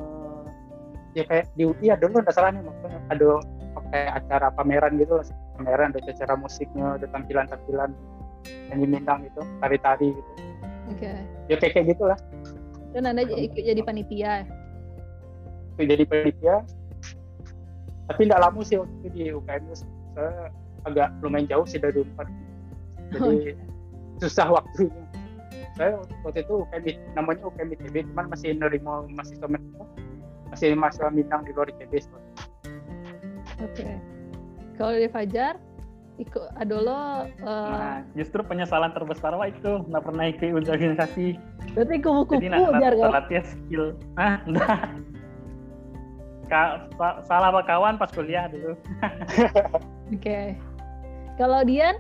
Speaker 2: ya kayak di U I ada dulu nggak salah nih, maksudnya ada kayak acara pameran gitu lah, pameran ada acara musiknya, ada tampilan-tampilan nyanyi Minang gitu, tari-tari gitu.
Speaker 1: Oke. Okay.
Speaker 2: Ya kayak kayak gitulah.
Speaker 1: Dan Anda ikut jadi panitia?
Speaker 2: Ikut jadi panitia. Tapi tidak lama sih waktu itu di U K M, saya agak lumayan jauh sih dari Unpad, jadi oh, susah waktunya. saya waktu itu U K M, namanya U K M I T B, cuman masih nerima mahasiswa masih mahasiswa Minang di luar I T B.
Speaker 1: Oke. Okay. Kalau di Fajar, ikut Adolo. Uh...
Speaker 4: Nah, justru penyesalan terbesar wah itu nggak pernah ikut organisasi.
Speaker 1: Berarti kupu-kupu
Speaker 4: jadi nak
Speaker 1: jar kan?
Speaker 4: latihan skill. Ah, enggak. Ka- sa- salah apa kawan pas kuliah dulu.
Speaker 1: Oke. Okay. Kalau Dian?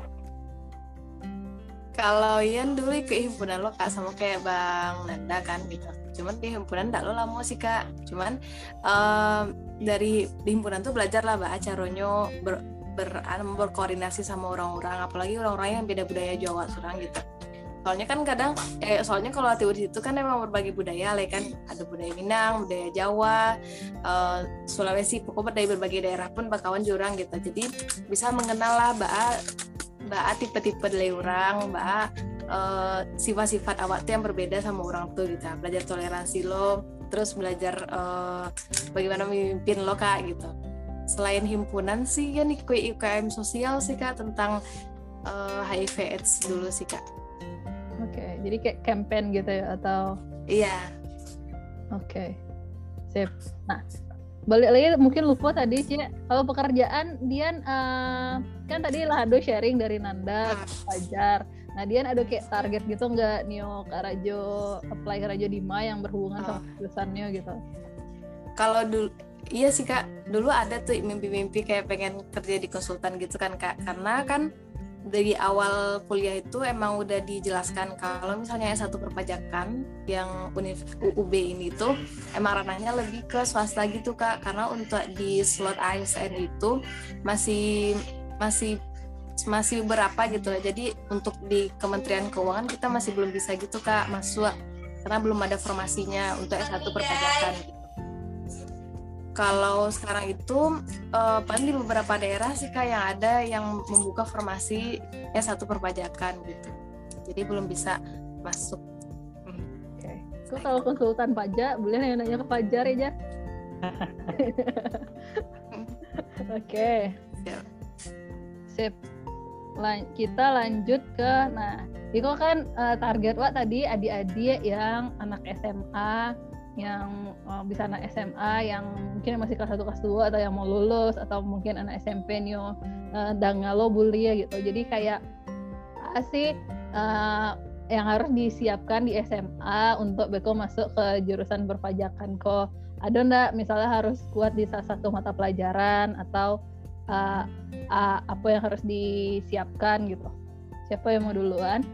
Speaker 3: Kalau Ian dulu ikut himpunan lo kak, sama kayak Bang Nanda kan gitu. Cuman di himpunan enggak lo lama sih kak. Cuman um, dari di himpunan tuh belajar lah bah caranya ber, ber, berkoordinasi sama orang-orang, apalagi orang-orang yang beda budaya Jawa surang gitu. Soalnya kan kadang, eh, soalnya kalau latih di situ kan emang berbagai budaya, lah kan ada budaya Minang, budaya Jawa, uh, Sulawesi, pokoknya dari berbagai daerah pun bakawan jurang gitu. Jadi bisa mengenal lah bah Mbak tipe-tipe dari orang, Mbak uh, sifat-sifat awak tuh yang berbeda sama orang tuh gitu. Belajar toleransi lo, terus belajar uh, bagaimana memimpin lo kak gitu. Selain himpunan sih kan ikut U K M sosial sih kak, tentang uh, H I V AIDS dulu sih kak.
Speaker 1: Oke, okay, jadi kayak campaign gitu ya atau?
Speaker 3: Iya.
Speaker 1: Oke, okay. Sip. Nah, balik lagi mungkin lupa tadi Ci, kalau pekerjaan Dian uh, kan tadi Lado sharing dari Nanda Fajar. Nah Dian ada kayak target gitu nggak Nio ke Rajo apply ke Rajo Dima yang berhubungan oh. sama jurusannya gitu?
Speaker 3: Kalau dulu iya sih kak, dulu ada tuh mimpi-mimpi kayak pengen kerja di konsultan gitu kan kak, karena kan dari awal kuliah itu emang udah dijelaskan kalau misalnya S satu perpajakan yang U U B ini tuh emang ranahnya lebih ke swasta gitu kak, karena untuk di slot A S N itu masih masih masih berapa gitu lah, jadi untuk di Kementerian Keuangan kita masih belum bisa gitu kak masuk, karena belum ada formasinya untuk S satu perpajakan gitu. Kalau sekarang itu uh, paling di beberapa daerah sih kak yang ada yang membuka formasi S satu perpajakan gitu. Jadi belum bisa masuk.
Speaker 1: Oke. Okay. So, kalau konsultan pajak boleh nanya-nanya ke Fajar ya, Jar? Oke. Okay. Sip. Lan- kita lanjut ke, nah, itu kan uh, target Wak tadi adik-adik yang anak S M A, yang uh, bisa anak S M A yang mungkin masih kelas satu kelas dua atau yang mau lulus, atau mungkin anak S M P nih uh, dangalo bulia gitu. Jadi kayak apa sih uh, yang harus disiapkan di S M A untuk beko masuk ke jurusan perpajakan kok? Ada ndak misalnya harus kuat di salah satu mata pelajaran atau uh, uh, apa yang harus disiapkan gitu? Siapa yang mau duluan?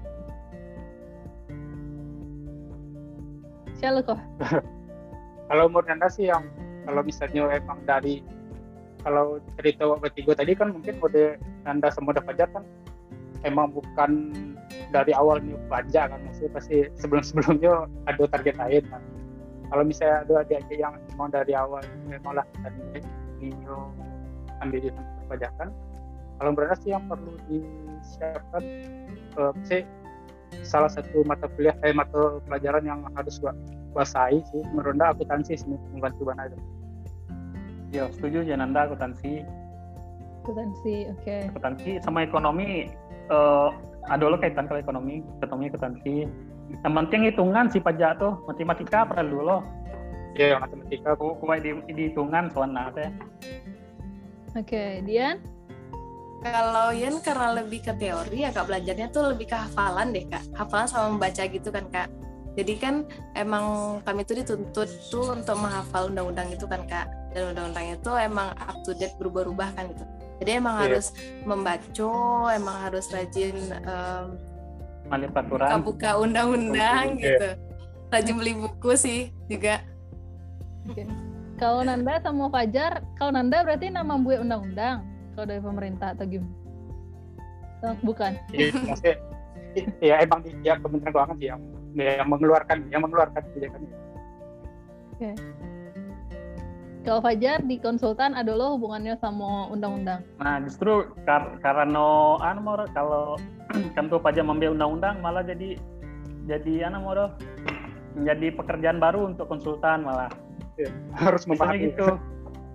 Speaker 1: Siapa kok?
Speaker 2: Kalau menurut Anda sih yang kalau misalnya emang dari kalau cerita bertiga tadi kan mungkin udah Anda semua udah pelajar kan emang bukan dari awal nih pelajar kan, maksudnya pasti sebelum-sebelumnya ada target lain kan. Kalau misalnya ada adik-adik yang emang dari awal memang lah tadi Nio ambil di perpajakan, kalau menurut Anda sih yang perlu disiapkan uh, sih salah satu mata kuliah eh mata pelajaran yang harus gua kuasai sih menurut Anda akuntansi sih, membantu banget.
Speaker 4: Ya setuju ya Nanda, akuntansi.
Speaker 1: Akuntansi, oke. Okay.
Speaker 4: Akuntansi sama ekonomi, uh, ada lo kaitan ke ekonomi, ekonomi akuntansi. Yang penting hitungan sih pajak tuh, matematika perlu lo.
Speaker 2: Iya, matematika.
Speaker 4: Ku kuat di, di hitungan soalnya teh.
Speaker 1: Oke, okay. Dian?
Speaker 3: Kalau Ian karena lebih ke teori ya kak, belajarnya tuh lebih ke hafalan deh kak, hafalan sama membaca gitu kan kak. Jadi kan emang kami tuh dituntut tuh untuk menghafal undang-undang itu kan kak, dan undang-undang itu emang up to date, berubah-ubah kan gitu. Jadi emang yeah. harus membaca, emang harus rajin um, buka-buka undang-undang okay. gitu, rajin beli buku sih juga.
Speaker 1: Okay. Kalau Nanda sama Fajar, kalau Nanda berarti nama buat undang-undang kalau dari pemerintah atau gimana? Oh, bukan?
Speaker 2: Iya, maksudnya, ya emang di ya, Kementerian Keuangan sih yang, yang mengeluarkan, yang mengeluarkan kebijakan itu.
Speaker 1: Oke. Kalau Fajar di konsultan ada lo hubungannya sama undang-undang?
Speaker 4: Nah justru kar- karena anu moro kalau kan tuh pajak membiayai undang-undang malah jadi jadi anu moro menjadi pekerjaan baru untuk konsultan malah.
Speaker 2: Ya, harus memahami
Speaker 4: gitu.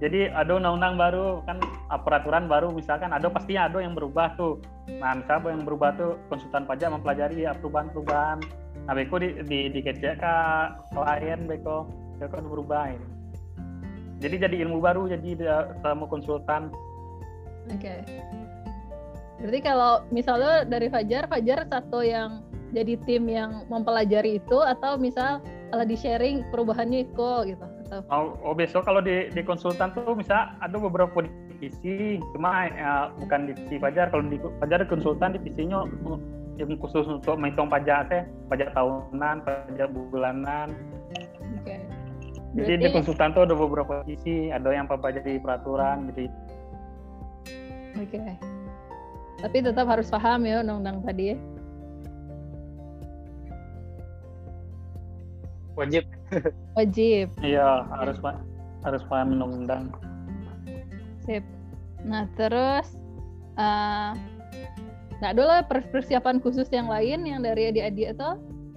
Speaker 4: Jadi ada undang-undang baru kan, peraturan baru misalkan ada pastinya ada yang berubah tuh. Nah misalnya yang berubah tuh konsultan pajak mempelajari ya perubahan-perubahan. Nah beko di di dikecek ke klien beko, beko berubah ini. Jadi jadi ilmu baru jadi sama konsultan.
Speaker 1: Oke. Okay. Berarti kalau misalnya dari Fajar, Fajar satu yang jadi tim yang mempelajari itu atau misal kalau di sharing perubahannya kok gitu atau?
Speaker 4: Oh, oh besok kalau di, di konsultan tuh misal ada beberapa divisi, cuma ya, bukan divisi Fajar. Kalau di Fajar konsultan divisinya yang khusus untuk menghitung pajak teh, pajak tahunan, pajak bulanan.
Speaker 1: Oke. Okay.
Speaker 4: Jadi
Speaker 1: Berarti,
Speaker 4: di konsultan tuh ada beberapa divisi, ada yang mempelajari peraturan gitu.
Speaker 1: Oke. Okay. Tapi tetap harus paham ya undang-undang tadi ya.
Speaker 2: Wajib.
Speaker 1: Wajib.
Speaker 4: Iya, harus harus paham undang-undang.
Speaker 1: Sip. Nah, terus uh, nggak ada lah persiapan khusus yang lain yang dari adik-adik itu?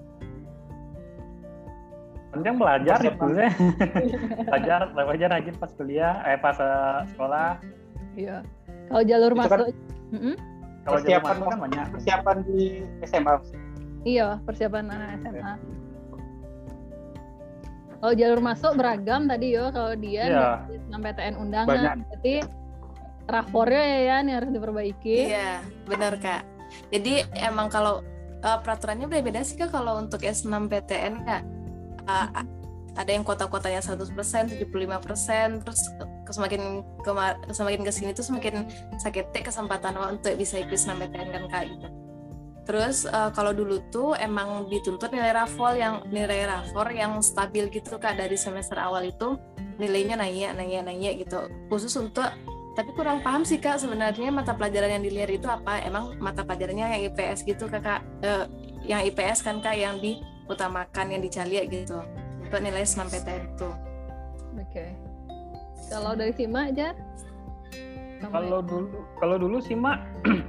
Speaker 4: Penting belajar itu ya. belajar, belajar rajin pas kuliah, eh pas uh, sekolah.
Speaker 1: Iya. Kalau jalur
Speaker 2: itu
Speaker 1: masuk,
Speaker 2: kan,
Speaker 1: mm-hmm.
Speaker 4: kalau jalur masuk kan banyak.
Speaker 2: Persiapan di S M A.
Speaker 1: Iya, persiapan anak S M A. Kalau jalur masuk beragam tadi yo, kalau dia
Speaker 4: iya.
Speaker 1: enam P T N undangan,
Speaker 2: banyak.
Speaker 1: Berarti rapornya ya yang harus diperbaiki.
Speaker 3: Iya, benar Kak. Jadi emang kalau uh, peraturannya beda-beda sih Kak kalau untuk S enam P T N Kak. Uh, ada yang kota-kotanya seratus persen, tujuh puluh lima persen, terus ke, semakin ke, semakin kesini tuh semakin sakit kesempatan untuk bisa ikut S enam P T N kan Kak gitu. Terus uh, kalau dulu tuh emang dituntut nilai rapor yang nilai rapor yang stabil gitu Kak, dari semester awal itu nilainya naik naik naik gitu. Khusus untuk, tapi kurang paham sih Kak sebenarnya mata pelajaran yang dilihat itu apa. Emang mata pelajarannya yang I P S gitu Kakak, uh, yang I P S kan Kak yang diutamakan, yang dicari gitu untuk nilai S enam P T N itu.
Speaker 1: Oke. Okay. Kalau dari Sima aja?
Speaker 4: Kalau dulu kalau dulu Sima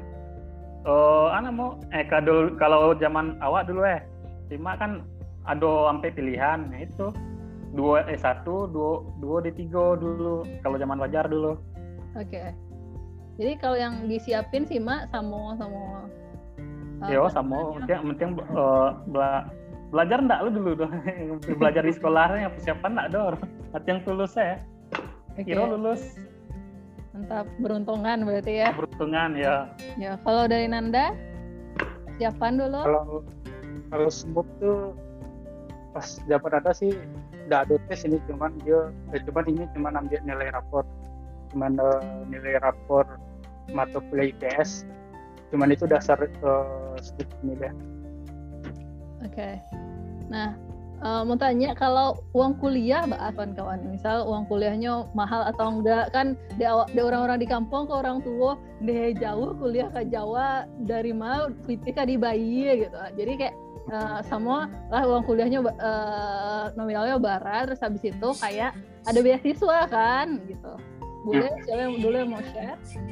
Speaker 4: Oh, anak mau eh kalau kalau zaman awak dulu eh Sima kan ada sampai pilihan nah itu dua eh satu dua dua di tiga dulu kalau zaman Fajar dulu.
Speaker 1: Oke. Okay. Jadi kalau yang disiapin Sima sama sama.
Speaker 4: Yo sama, yang penting uh, bela, belajar enggak lu dulu dong belajar di sekolahnya persiapan enggak dor. Hati yang tulus ya.
Speaker 1: Okay.
Speaker 4: Kira lulus.
Speaker 1: Mantap, beruntungan berarti ya.
Speaker 4: Beruntungan ya.
Speaker 1: Ya, kalau dari Nanda, siapan dulu.
Speaker 2: Kalau kalau smooth tuh pas dapat data sih udah ada tes ini, cuman dia eh, cuman ini cuman ambil nilai rapor, cuman uh, nilai rapor mata kuliah I P S, cuman itu dasar uh, sedikit nilai.
Speaker 1: Oke. Okay. Nah, Uh, mau tanya kalau uang kuliah Mbak Afan kawan, misal uang kuliahnya mahal atau enggak kan di, di orang-orang di kampung ke orang tua deh jauh kuliah ke Jawa dari mau ketika di bayi gitu. Jadi kayak uh, sama lah uang kuliahnya uh, nominalnya bara, terus habis itu kayak ada beasiswa kan gitu. Boleh siapa yang dulu yang mau share?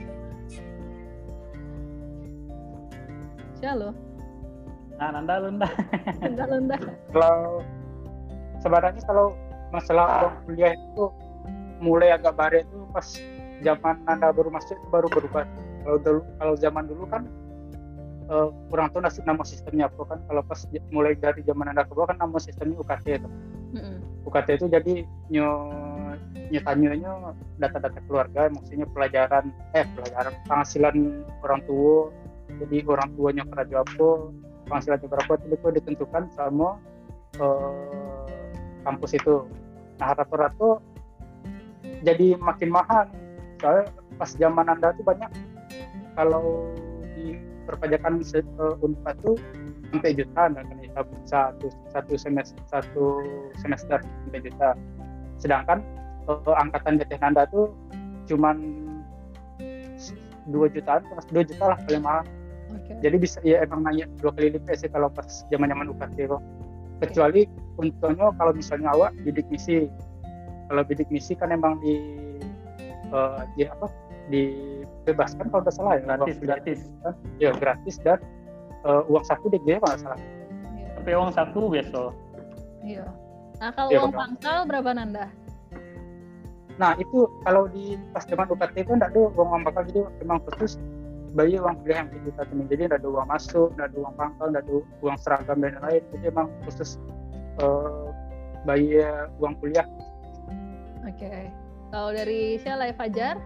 Speaker 1: Siapa lo?
Speaker 4: Nah, Nanda Lunda.
Speaker 1: Nanda Lunda.
Speaker 2: Kalau sebenarnya kalau masalah uang kuliah itu mulai agak bare itu pas zaman Nanda baru masuk itu baru berubah. Kalau dulu kalau zaman dulu kan uh, kurang tahu nasib nama sistemnya apa kan. Kalau pas mulai dari zaman Nanda ke bawah kan nama sistemnya U K T itu. Mm-hmm. U K T itu jadi nyo nyetanya data-data keluarga, maksudnya pelajaran eh pelajaran penghasilan orang tua. Jadi orang tuanya kerja apa, penghasilan berapa itu ditentukan sama uh, kampus itu. Nah rata-rata jadi makin mahal. Soalnya pas zaman Anda tuh banyak kalau di perpajakan uh, Unpad tuh sampai jutaan kan satu satu semester satu semester sampai juta. Sedangkan uh, angkatan D T Nanda tuh cuman dua jutaan, terus dua juta lah paling mahal. Okay. Jadi bisa ya emang nanya dua kali lipat sih kalau pas zaman-zaman U K T kok. Kecuali okay. Untungnya kalau misalnya awak bidik misi. Kalau bidik misi kan emang di uh, di apa? Dibebaskan kalau tidak salah ya.
Speaker 4: Gratis, gratis.
Speaker 2: Kan? Ya gratis dan uh, uang saku deh kalau tidak salah.
Speaker 1: Yeah.
Speaker 4: Tapi uang saku biasa.
Speaker 1: Iya. Nah kalau
Speaker 2: ya,
Speaker 1: uang
Speaker 2: betul.
Speaker 1: pangkal berapa Nanda?
Speaker 2: Nah itu kalau di pas zaman U K T itu nggak ada uang uang pangkal, jadi memang khusus bayi uang kuliah yang kita temuin. Jadi nggak ada uang masuk, nggak ada uang pangkal, nggak ada uang seragam dan lain-lain. Jadi memang khusus uh, bayi uang kuliah.
Speaker 1: Oke. Okay. Kalau dari Syala Fajar?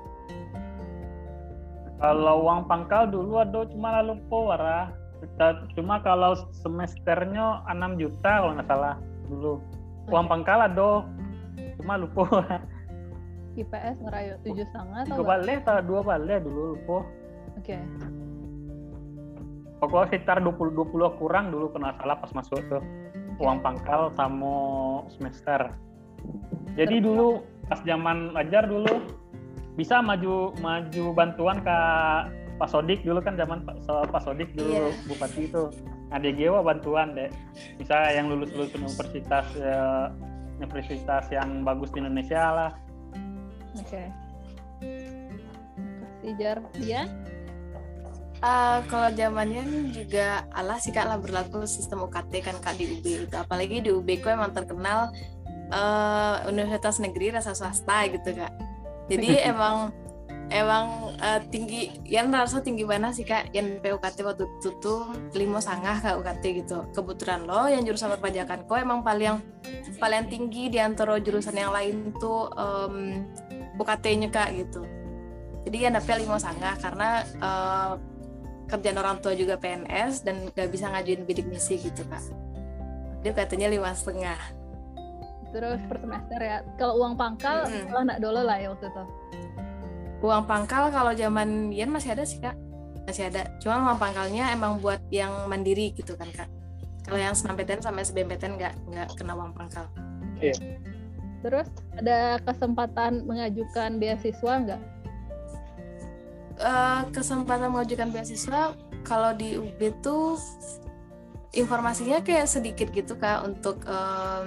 Speaker 4: Kalau uang pangkal dulu ada cuma lalu lupa. Cuma kalau semesternya enam juta kalau nggak salah dulu. Uang okay. pangkal ada cuma lupa.
Speaker 1: I P S ngerayu tujuh setengah atau
Speaker 4: dua balik atau dua balik dulu lupa.
Speaker 1: Oke. Okay.
Speaker 4: Pokoknya sekitar dua puluh dua puluh kurang dulu kena salah pas masuk tuh. Okay. Uang pangkal sama semester. Jadi Terus. dulu pas zaman ajar dulu bisa maju maju bantuan ke Pak Sodik dulu kan zaman Pak, Pak Sodik dulu yeah. Bupati itu. Nah D G W bantuan deh. Bisa yang lulus-lulus universitas ya, universitas yang bagus di Indonesia lah.
Speaker 1: Oke. Okay. Kasih Jar, ya?
Speaker 3: Uh, kalau zamannya juga alah sih Kak lah berlaku sistem U K T kan Kak di U B itu. Apalagi di U B ku emang terkenal uh, universitas negeri rasa swasta gitu Kak. Jadi emang emang uh, tinggi, yang rasa tinggi mana sih Kak yang P U K T waktu itu tuh lima sangah Kak U K T gitu. Kebetulan lo yang jurusan perpajakan kok emang paling paling tinggi di antara jurusan yang lain tuh um, U K T-nya Kak gitu. Jadi yang dapet lima sangah karena uh, kerjaan orang tua juga P N S dan gak bisa ngajuin bidik misi gitu Kak. Dia katanya lima setengah.
Speaker 1: Terus per semester ya. Kalau uang pangkal mm-hmm. malah nggak dolo lah ya waktu itu.
Speaker 3: Uang pangkal kalau zaman Ian masih ada sih Kak, masih ada. Cuma uang pangkalnya emang buat yang mandiri gitu kan Kak. Kalau yang S N M P T N sama S B M P T N nggak nggak kena uang pangkal.
Speaker 2: Iya.
Speaker 1: Terus ada kesempatan mengajukan beasiswa nggak?
Speaker 3: Uh, kesempatan mengajukan beasiswa kalau di U B tuh informasinya kayak sedikit gitu Kak untuk um,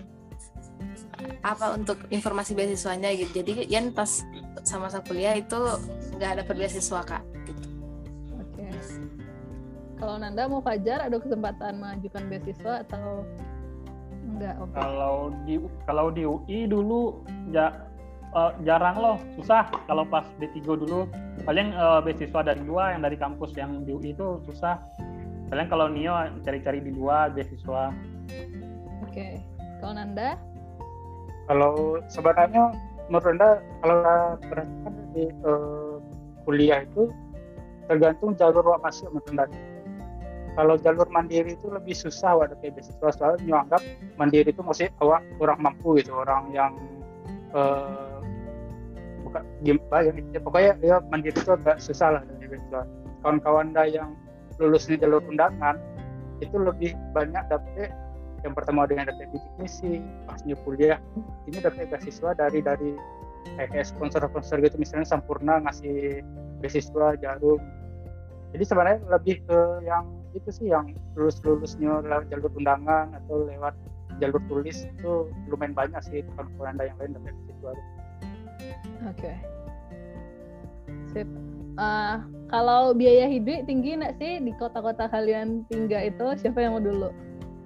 Speaker 3: apa untuk informasi beasiswanya gitu. Jadi Yan pas sama masa kuliah itu nggak ada beasiswa Kak. Gitu.
Speaker 1: Oke. Okay. Kalau Nanda mau Fajar ada kesempatan mengajukan beasiswa atau enggak? Okay.
Speaker 4: Kalau di kalau di U I dulu ya uh, jarang loh, susah. Kalau pas D tiga dulu paling uh, beasiswa dari luar, yang dari kampus yang di U I itu susah. Paling kalau Nio cari-cari di luar beasiswa.
Speaker 1: Oke. Okay. Kalau Nanda?
Speaker 2: Kalau sebenarnya menurut Anda kalau perhatikan di uh, kuliah itu tergantung jalur wak masuk menurut Anda. Kalau jalur mandiri itu lebih susah wadah kayak beasiswa, soalnya nyanggap mandiri itu masih awak kurang mampu gitu, orang yang uh, bukan gimana ya, pokoknya ya mandiri itu agak susah lah dari beasiswa. Kawan-kawan Anda yang lulusnya jalur undangan itu lebih banyak dapet. Yang pertama ada yang dapat bidik misi, pasnya kuliah ini dapat beasiswa dari dari kayak sponsor-sponsor gitu, misalnya Sampurna ngasih beasiswa Jarum. Jadi sebenarnya lebih ke yang itu sih, yang lulus-lulusnya lewat jalur undangan atau lewat jalur tulis itu lumayan banyak sih kawan-kawan Anda yang lain dapat beasiswa.
Speaker 1: Oke. Okay. Sip. Uh, kalau biaya hidup tinggi nggak sih di kota-kota kalian tinggal itu? Siapa yang mau dulu?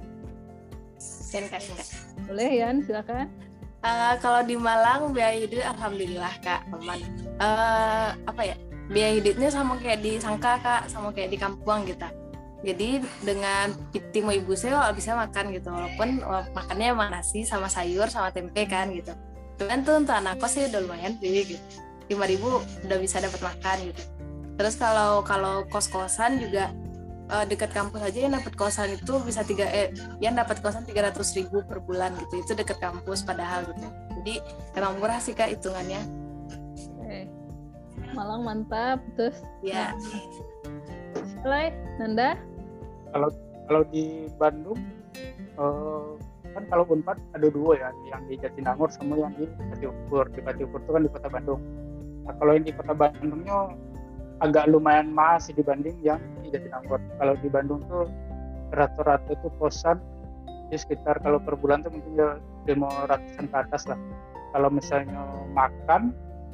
Speaker 3: Sen Kak, enggak.
Speaker 1: Boleh Yan, silakan.
Speaker 3: Uh, kalau di Malang biaya hidup alhamdulillah Kak, aman. Uh, apa ya? Biaya hidupnya sama kayak di Sangka Kak, sama kayak di kampung gitu. Jadi dengan timo ibu saya bisa makan gitu, walaupun makannya emang nasi sama sayur sama tempe kan gitu. Cuman tuh untuk anak kos sih udah lumayan sih gitu. lima ribu udah bisa dapat makan gitu. Terus kalau kalau kos-kosan juga Uh, dekat kampus aja yang dapat kosan itu bisa tiga eh yang dapat kosan tiga ratus ribu per bulan gitu, itu dekat kampus padahal gitu, jadi emang murah sih Kak hitungannya.
Speaker 1: Oke. Malang mantap. Terus
Speaker 3: ya
Speaker 1: Selai Nanda?
Speaker 2: Kalau kalau di Bandung uh, kan kalau Unpad ada dua ya, yang di Jatinangor sama yang di Patiukur. Di Patiukur itu kan di kota Bandung. Nah, kalau yang di kota Bandungnya agak lumayan mahal sih dibanding yang di Jatinangor. Kalau di Bandung tuh rata-rata tuh kosan ya sekitar kalau per bulan tuh mungkin ya lima ratusan ke atas lah. Kalau misalnya makan,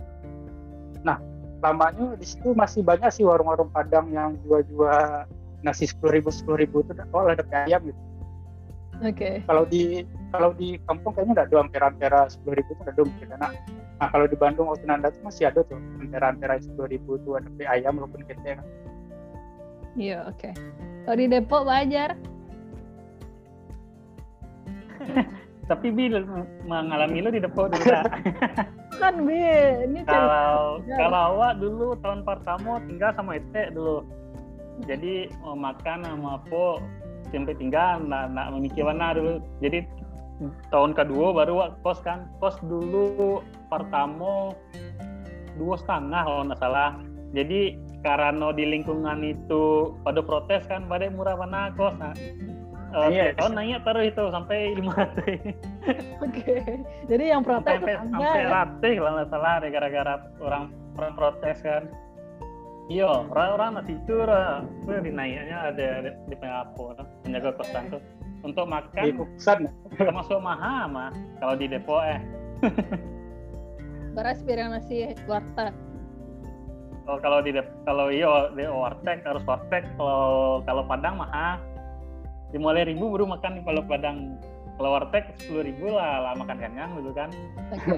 Speaker 2: nah lamanya di situ masih banyak sih warung-warung Padang yang jual-jual nasi sepuluh ribu sepuluh ribu itu, oh ada ayam gitu.
Speaker 1: Oke.
Speaker 2: Kalau di kalau di kampung kayaknya nggak ada ampera-ampera sepuluh ribu itu nggak ada mungkin enak. Nah kalau di Bandung waktu Nanda tuh masih ada tuh ampera-ampera sepuluh ribu tuh ada beli ayam maupun ketek kan.
Speaker 1: Iya, oke. Kalau di Depok wajar.
Speaker 4: Tapi Bi mengalami lo di Depok dulu tak?
Speaker 1: Kan Bi, ini
Speaker 4: Kalau
Speaker 1: cerita.
Speaker 4: kalau awak dulu tahun pertama tinggal sama Ete dulu. Jadi mau makan sama apa sampai tinggal nak nak memikir mana dulu. Jadi tahun kedua baru awak kos kan. Kos dulu pertama dua setengah kalau nggak salah. Jadi karena di lingkungan itu pada protes kan, pada murah mana kos. Nah, Uh,
Speaker 2: Iya.
Speaker 4: tahun naik terus itu sampai lima ratus.
Speaker 1: Oke. Jadi yang protes
Speaker 4: sampai
Speaker 1: tetangga
Speaker 4: sampai
Speaker 1: ya?
Speaker 4: ratus kalau nggak salah deh, gara-gara orang orang protes kan. Iya, orang-orang masih itu lah. Itu dinaiknya ada ada di pengapo, penjaga kosan tuh. Untuk
Speaker 2: Di
Speaker 4: makan
Speaker 2: Kukusan.
Speaker 4: termasuk mahal mah kalau di Depok eh.
Speaker 1: Beras piring nasi warteg.
Speaker 4: Oh, kalau di Dep- kalau iya di warteg harus warteg. Kalau kalau Padang mahal. lima ribu baru makan di kalau Padang. Kalau warteg sepuluh ribu lah, lah makan kenyang dulu kan.
Speaker 1: Oke.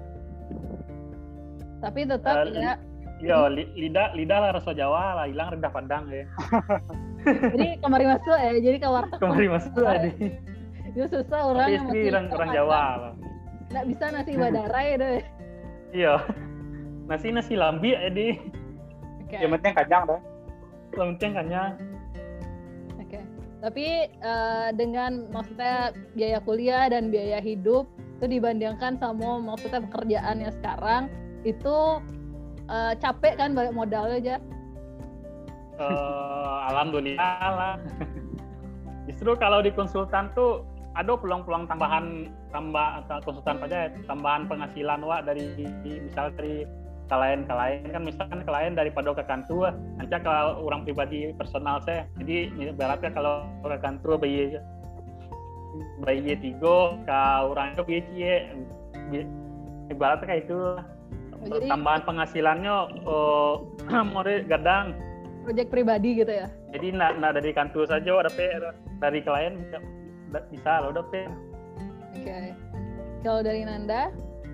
Speaker 1: Tapi tetap
Speaker 4: Uh,
Speaker 1: ya.
Speaker 4: Iya, li- lidah lidah lah rasa Jawa lah, hilang rendah Padang ya.
Speaker 1: Jadi kemari masuk ya. Jadi ke warteg.
Speaker 4: Kemarin masuk ada.
Speaker 1: Itu susah orang
Speaker 4: Tapi
Speaker 1: yang
Speaker 4: istri orang orang
Speaker 1: Padang.
Speaker 4: Jawa lah.
Speaker 1: Nggak bisa nasi badarai deh.
Speaker 4: Iya. Nasi nasi lambi edi.
Speaker 1: Oke.
Speaker 2: Yang penting kanyang dah.
Speaker 4: Lonceng kannya.
Speaker 1: Oke. Tapi eh, dengan maksudnya biaya kuliah dan biaya hidup itu dibandingkan sama maksudnya pekerjaannya sekarang itu eh, capek kan banyak modalnya aja.
Speaker 4: Uh, alhamdulillah lah. Justru kalau di konsultan tuh ada peluang-peluang tambahan tambah atau konsultan pajak tambahan penghasilan wak dari misal dari klien-klien kan misalkan klien daripada ke kantor nanti kalau orang pribadi personal saya jadi ibaratnya kalau ke kantor bayi bayi tiga ke orang itu bayi ibaratnya kayak itu
Speaker 1: Jadi-
Speaker 4: tambahan penghasilannya uh, mau gadang
Speaker 1: Proyek pribadi gitu ya.
Speaker 4: jadi nak nak dari kantor saja ada P R dari klien bisa bisa loh udah P R.
Speaker 1: Oke. Kalau dari Nanda,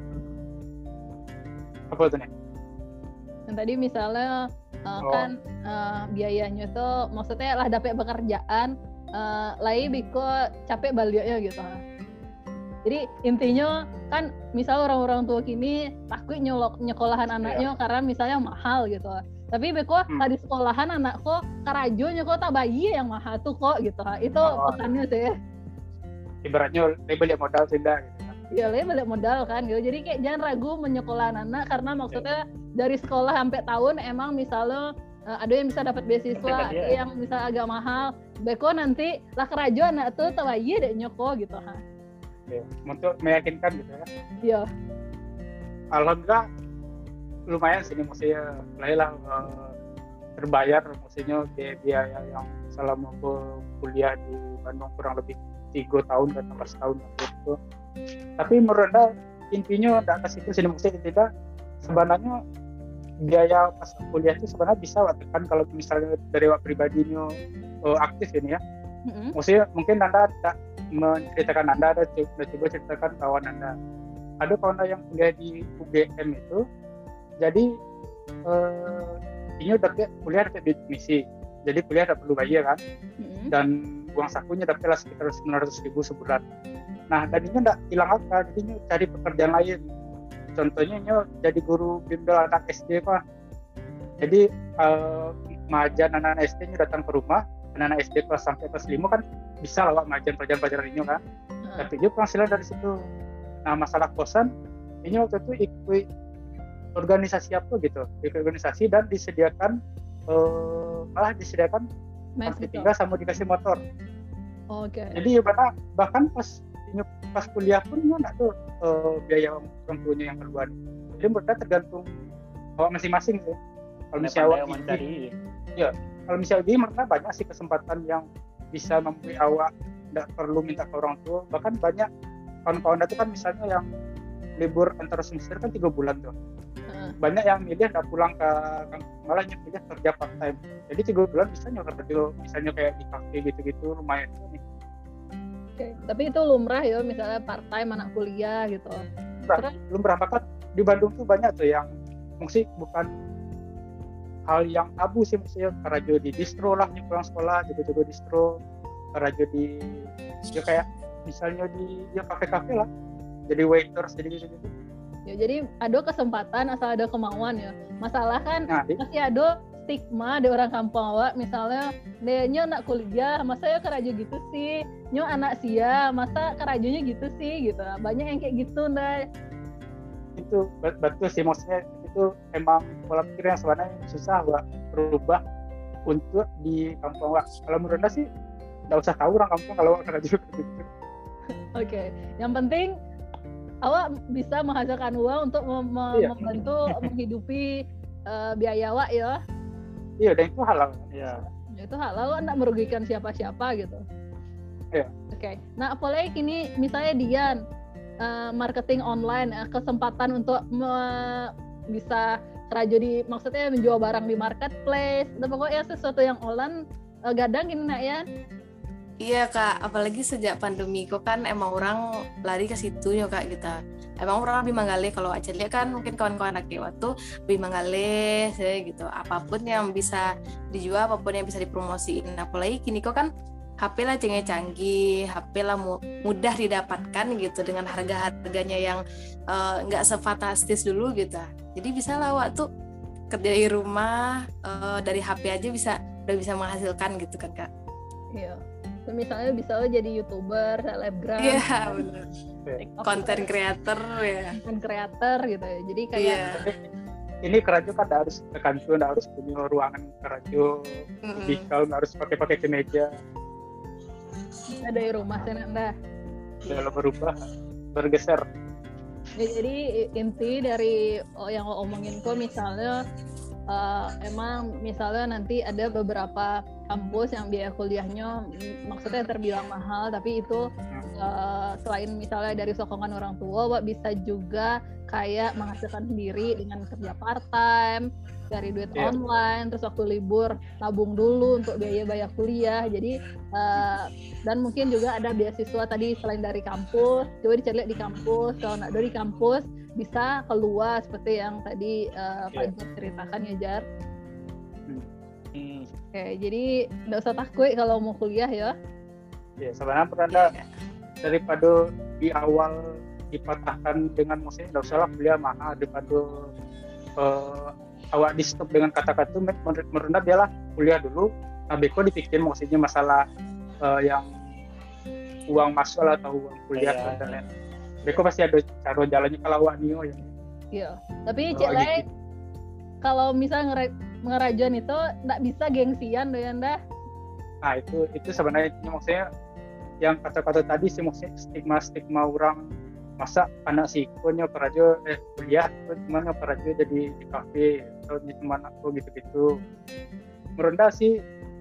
Speaker 2: Apa tuh nih?
Speaker 1: yang tadi misalnya uh,
Speaker 2: Oh.
Speaker 1: kan uh, biayanya tuh maksudnya lah dapat pekerjaan uh, lai biko capek baliknya gitu. Jadi intinya kan misal orang-orang tua kini takut nyolok nyekolahan anaknya karena misalnya mahal gitu. Tapi beko
Speaker 2: Hmm.
Speaker 1: tadi sekolahan anak kok karajo nyoko tak bayi yang mahal tuh kok gitu. Itu
Speaker 2: Oh.
Speaker 1: pesannya sih.
Speaker 2: Ibaratnya label yang modal sudah gitu kan.
Speaker 1: Ya lah balik modal kan gitu. Jadi kayak jangan ragu menyekolah anak karena maksudnya dari sekolah sampai tahun emang misalnya uh, ada yang bisa dapat beasiswa,
Speaker 4: Dapat
Speaker 1: ada
Speaker 4: dia.
Speaker 1: yang bisa agak mahal. Beko nanti lah kerajo anak tuh tak bayi deh nyoko gitu ha.
Speaker 2: Oke. Untuk meyakinkan gitu ya.
Speaker 1: Iya.
Speaker 2: Alhamdulillah lumayan sih maksudnya lah uh, terbayar maksudnya biaya, biaya yang selama aku kuliah di Bandung kurang lebih tiga tahun dan tambah setahun itu. Tapi menurut Anda intinya tidak ke situ sih maksudnya tidak sebenarnya biaya pas kuliah itu sebenarnya bisa tekan kalau misalnya dari wak pribadinya uh, aktif ini ya.
Speaker 1: Mm-mm.
Speaker 2: Maksudnya mungkin Anda tidak menceritakan Anda ada coba coba ceritakan kawan Anda. Ada kawan Anda yang kuliah di U G M itu, jadi eh, ini udah kayak kuliah dapat duit misi, jadi kuliah tidak perlu bayar kan,
Speaker 1: Mm-mm.
Speaker 2: dan uang sakunya dapatlah sekitar sembilan ratus ribu sebulan. Nah, tadinya tidak hilang akal, jadinya cari pekerjaan lain. Contohnya nyo jadi guru bimbel anak S D pak. Jadi eh, majan anak-anak S D-nya datang ke rumah, anak-anak S D kelas sampai kelas lima kan bisa lah majan pelajaran-pelajaran ini kan.
Speaker 1: Heeh.
Speaker 2: Tapi dia penghasilan dari situ. Nah masalah kosan, ini waktu itu ikut organisasi apa gitu, ikut organisasi dan disediakan eh, malah disediakan
Speaker 1: Mes
Speaker 2: pasti
Speaker 1: gitu.
Speaker 2: tinggal sama dikasih motor.
Speaker 1: Oke.
Speaker 2: Jadi bahkan bahkan pas ini pas kuliah pun nggak tuh eh, biaya orang tuanya yang keluar. Jadi mereka tergantung awak masing-masing sih. Kalau misalnya awak gigi,
Speaker 4: mencari
Speaker 2: kalau misalnya gigi mereka banyak sih kesempatan yang bisa membuat awak tidak perlu minta ke orang tua. Bahkan banyak kawan-kawan itu kan misalnya yang libur antara semester kan tiga bulan tuh.
Speaker 1: Heeh.
Speaker 2: Banyak yang milih nggak pulang ke malah yang milih kerja part time. Jadi tiga bulan bisa nyoba kerja misalnya kayak di kafe gitu-gitu lumayan tuh nih.
Speaker 1: Oke, tapi itu lumrah ya, misalnya part time anak kuliah gitu.
Speaker 2: Lumrah, lumrah bahkan di Bandung tuh banyak tuh yang musik bukan hal yang tabu sih, maksudnya karajo di distro lah, nih pulang sekolah jago-jago distro, karajo di ya kayak misalnya di ya kafe-kafe lah, jadi waiters, jadi gitu-gitu.
Speaker 1: Ya, jadi ada kesempatan asal ada kemauan ya. Masalah kan
Speaker 2: Nah,
Speaker 1: masih ada stigma di orang kampung awak, misalnya dia nyo nak kuliah, masa ya kerajo gitu sih, nyo anak sia, masa kerajonya gitu sih gitu. Banyak yang kayak gitu ndak.
Speaker 2: Itu betul sih, maksudnya itu emang pola pikir yang sebenarnya susah Wak berubah untuk di kampung Wak. Kalau menurut Anda sih nggak usah tahu orang kampung kalau Wak kerajo gitu.
Speaker 1: Oke, yang penting awak bisa menghasilkan uang untuk mem-
Speaker 2: Iya.
Speaker 1: membantu menghidupi uh, biaya awak ya.
Speaker 2: Iya, dan itu halal.
Speaker 4: Iya.
Speaker 1: Itu halal, nggak merugikan siapa-siapa gitu.
Speaker 2: Iya.
Speaker 1: Oke, nah apalagi ini misalnya Dian uh, marketing online, uh, kesempatan untuk me- bisa kerajo di, maksudnya menjual barang di marketplace, dan pokoknya sesuatu yang online uh, gadang ini nak ya.
Speaker 3: Iya kak, apalagi sejak pandemi kok kan emang orang lari ke situ ya kak kita. Emang orang lebih mengalih, kalau aja lihat kan mungkin kawan-kawan anak waktu lebih mengalih ya gitu. Apapun yang bisa dijual, apapun yang bisa dipromosiin. Apalagi kini kok kan H P lah canggih-canggih, H P lah mudah didapatkan gitu dengan harga-harganya yang nggak uh, sefantastis dulu gitu. Jadi bisa lah waktu kerja di rumah uh, dari H P aja bisa udah bisa menghasilkan gitu kan kak.
Speaker 1: Iya. So, misalnya bisa lo jadi YouTuber, selebgram,
Speaker 3: iya benar, konten creator ya,
Speaker 1: konten creator gitu ya. Jadi kayak
Speaker 3: yeah.
Speaker 2: Ini kerajo kan harus ke kantor, harus punya ruangan kerajo, mm-hmm. Di kalau harus pakai-pakai kemeja.
Speaker 1: Bisa dari rumah sih Nanda.
Speaker 2: Kalau berubah, bergeser.
Speaker 1: Ya, jadi inti dari oh, yang lo omongin kok misalnya uh, emang misalnya nanti ada beberapa kampus yang biaya kuliahnya maksudnya terbilang mahal, tapi itu uh, selain misalnya dari sokongan orang tua, Wak bisa juga kayak menghasilkan sendiri dengan kerja part time, dari duit yeah. online, terus waktu libur tabung dulu untuk biaya-biaya kuliah. Jadi uh, dan mungkin juga ada beasiswa tadi selain dari kampus, coba dicari di kampus. Kalau nggak dari kampus bisa keluar seperti yang tadi uh, Pak Jar ceritakan ya Jar. Hmm. Oke, jadi nggak usah takut kalau mau kuliah ya.
Speaker 2: Ya, sebenarnya pernah daripada di awal dipatahkan dengan maksudnya nggak usah lah kuliah mahal, daripada uh, awak di stop dengan kata-kata itu, menurut dia lah kuliah dulu. Nah, beko dipikirin maksudnya masalah uh, yang uang masuk lah atau uang kuliah yeah. Dan lain. Beko pasti ada cara jalannya kalau awak nio ya.
Speaker 1: Iya, tapi cek lain kalau misalnya ngere- ngerajuan itu nggak bisa gengsian doyan dah.
Speaker 2: Nah itu itu sebenarnya maksudnya yang kata-kata tadi sih, maksudnya stigma-stigma orang masa anak si ikonya kerajo eh kuliah cuman kerajo jadi di kafe atau di teman aku gitu-gitu. Merendah sih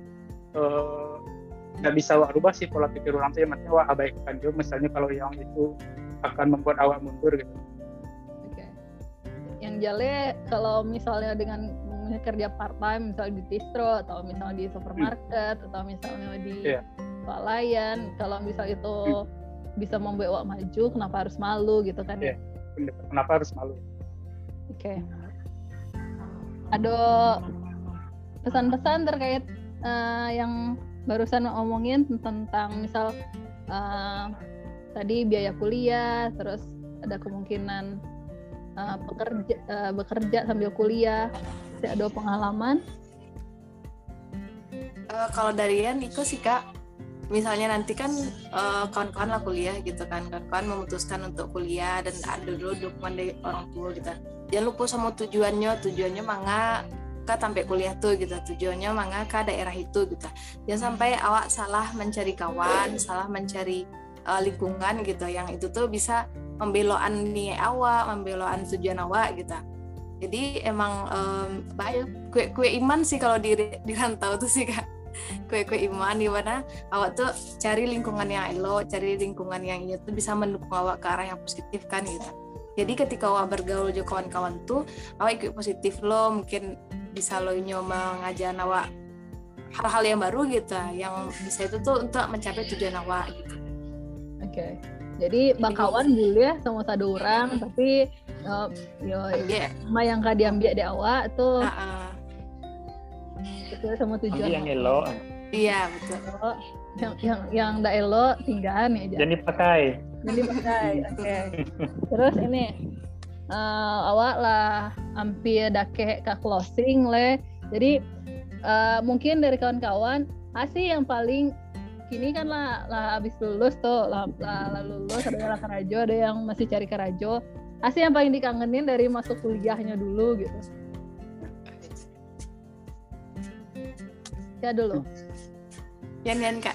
Speaker 2: nggak uh, bisa awak rubah sih pola pikir orang tuh, maksudnya awak abaikan juga misalnya kalau yang itu akan membuat awak mundur gitu.
Speaker 1: Oke. Okay. Yang jale kalau misalnya dengan kerja part time misalnya di distro atau misalnya di supermarket hmm. atau misalnya di yeah. swalayan, kalau misal itu hmm. bisa membuat awak maju, kenapa harus malu gitu kan ya?
Speaker 2: Yeah. Kenapa harus malu?
Speaker 1: Oke. Okay. Ada pesan-pesan terkait uh, yang barusan ngomongin tentang misal uh, tadi biaya kuliah, terus ada kemungkinan uh, pekerja uh, bekerja sambil kuliah. Ada pengalaman?
Speaker 3: Uh, kalau dari Ian itu sih kak, misalnya nanti kan uh, kawan-kawan lah kuliah gitu kan, kawan-kawan memutuskan untuk kuliah dan ada dulu dukungan dari orang tua gitu. Jangan lupa sama tujuannya, tujuannya mangga kak sampai kuliah tuh gitu, tujuannya mangga ke daerah itu gitu. Jangan sampai awak salah mencari kawan, salah mencari uh, lingkungan gitu, yang itu tuh bisa membelokan nih awak, membelokan tujuan awak gitu. Jadi emang um, banyak kue-kue iman sih kalau di di rantau tuh sih kak, kue-kue iman di mana awak tuh cari lingkungan yang elok, cari lingkungan yang itu bisa mendukung awak ke arah yang positif kan gitu. Jadi ketika awak bergaul dengan kawan-kawan tuh awak ikut positif lo, mungkin bisa lo nyoba ngajarin awak hal-hal yang baru gitu, yang bisa itu tuh untuk mencapai tujuan awak gitu.
Speaker 1: Okay. Jadi bakawan boleh sama satu orang, tapi uh, yo yeah. Sama yang kak diambil di awak tuh uh-uh. Itu sama tujuan
Speaker 4: yang elok.
Speaker 3: Iya betul.
Speaker 1: Oh, yang yang yang ndak elok tinggalan aja.
Speaker 4: Jadi pakai.
Speaker 1: Jadi pakai. Oke. Okay. Terus ini uh, awak lah hampir dake ke closing le. Jadi uh, mungkin dari kawan-kawan asih yang paling kini kan lah lah abis lulus tuh lah, lah, lah lulus ada yang karajo, ada yang masih cari karajo. Asih yang paling dikangenin dari masuk kuliahnya dulu gitu. Ya dulu.
Speaker 3: Yan Yan kak.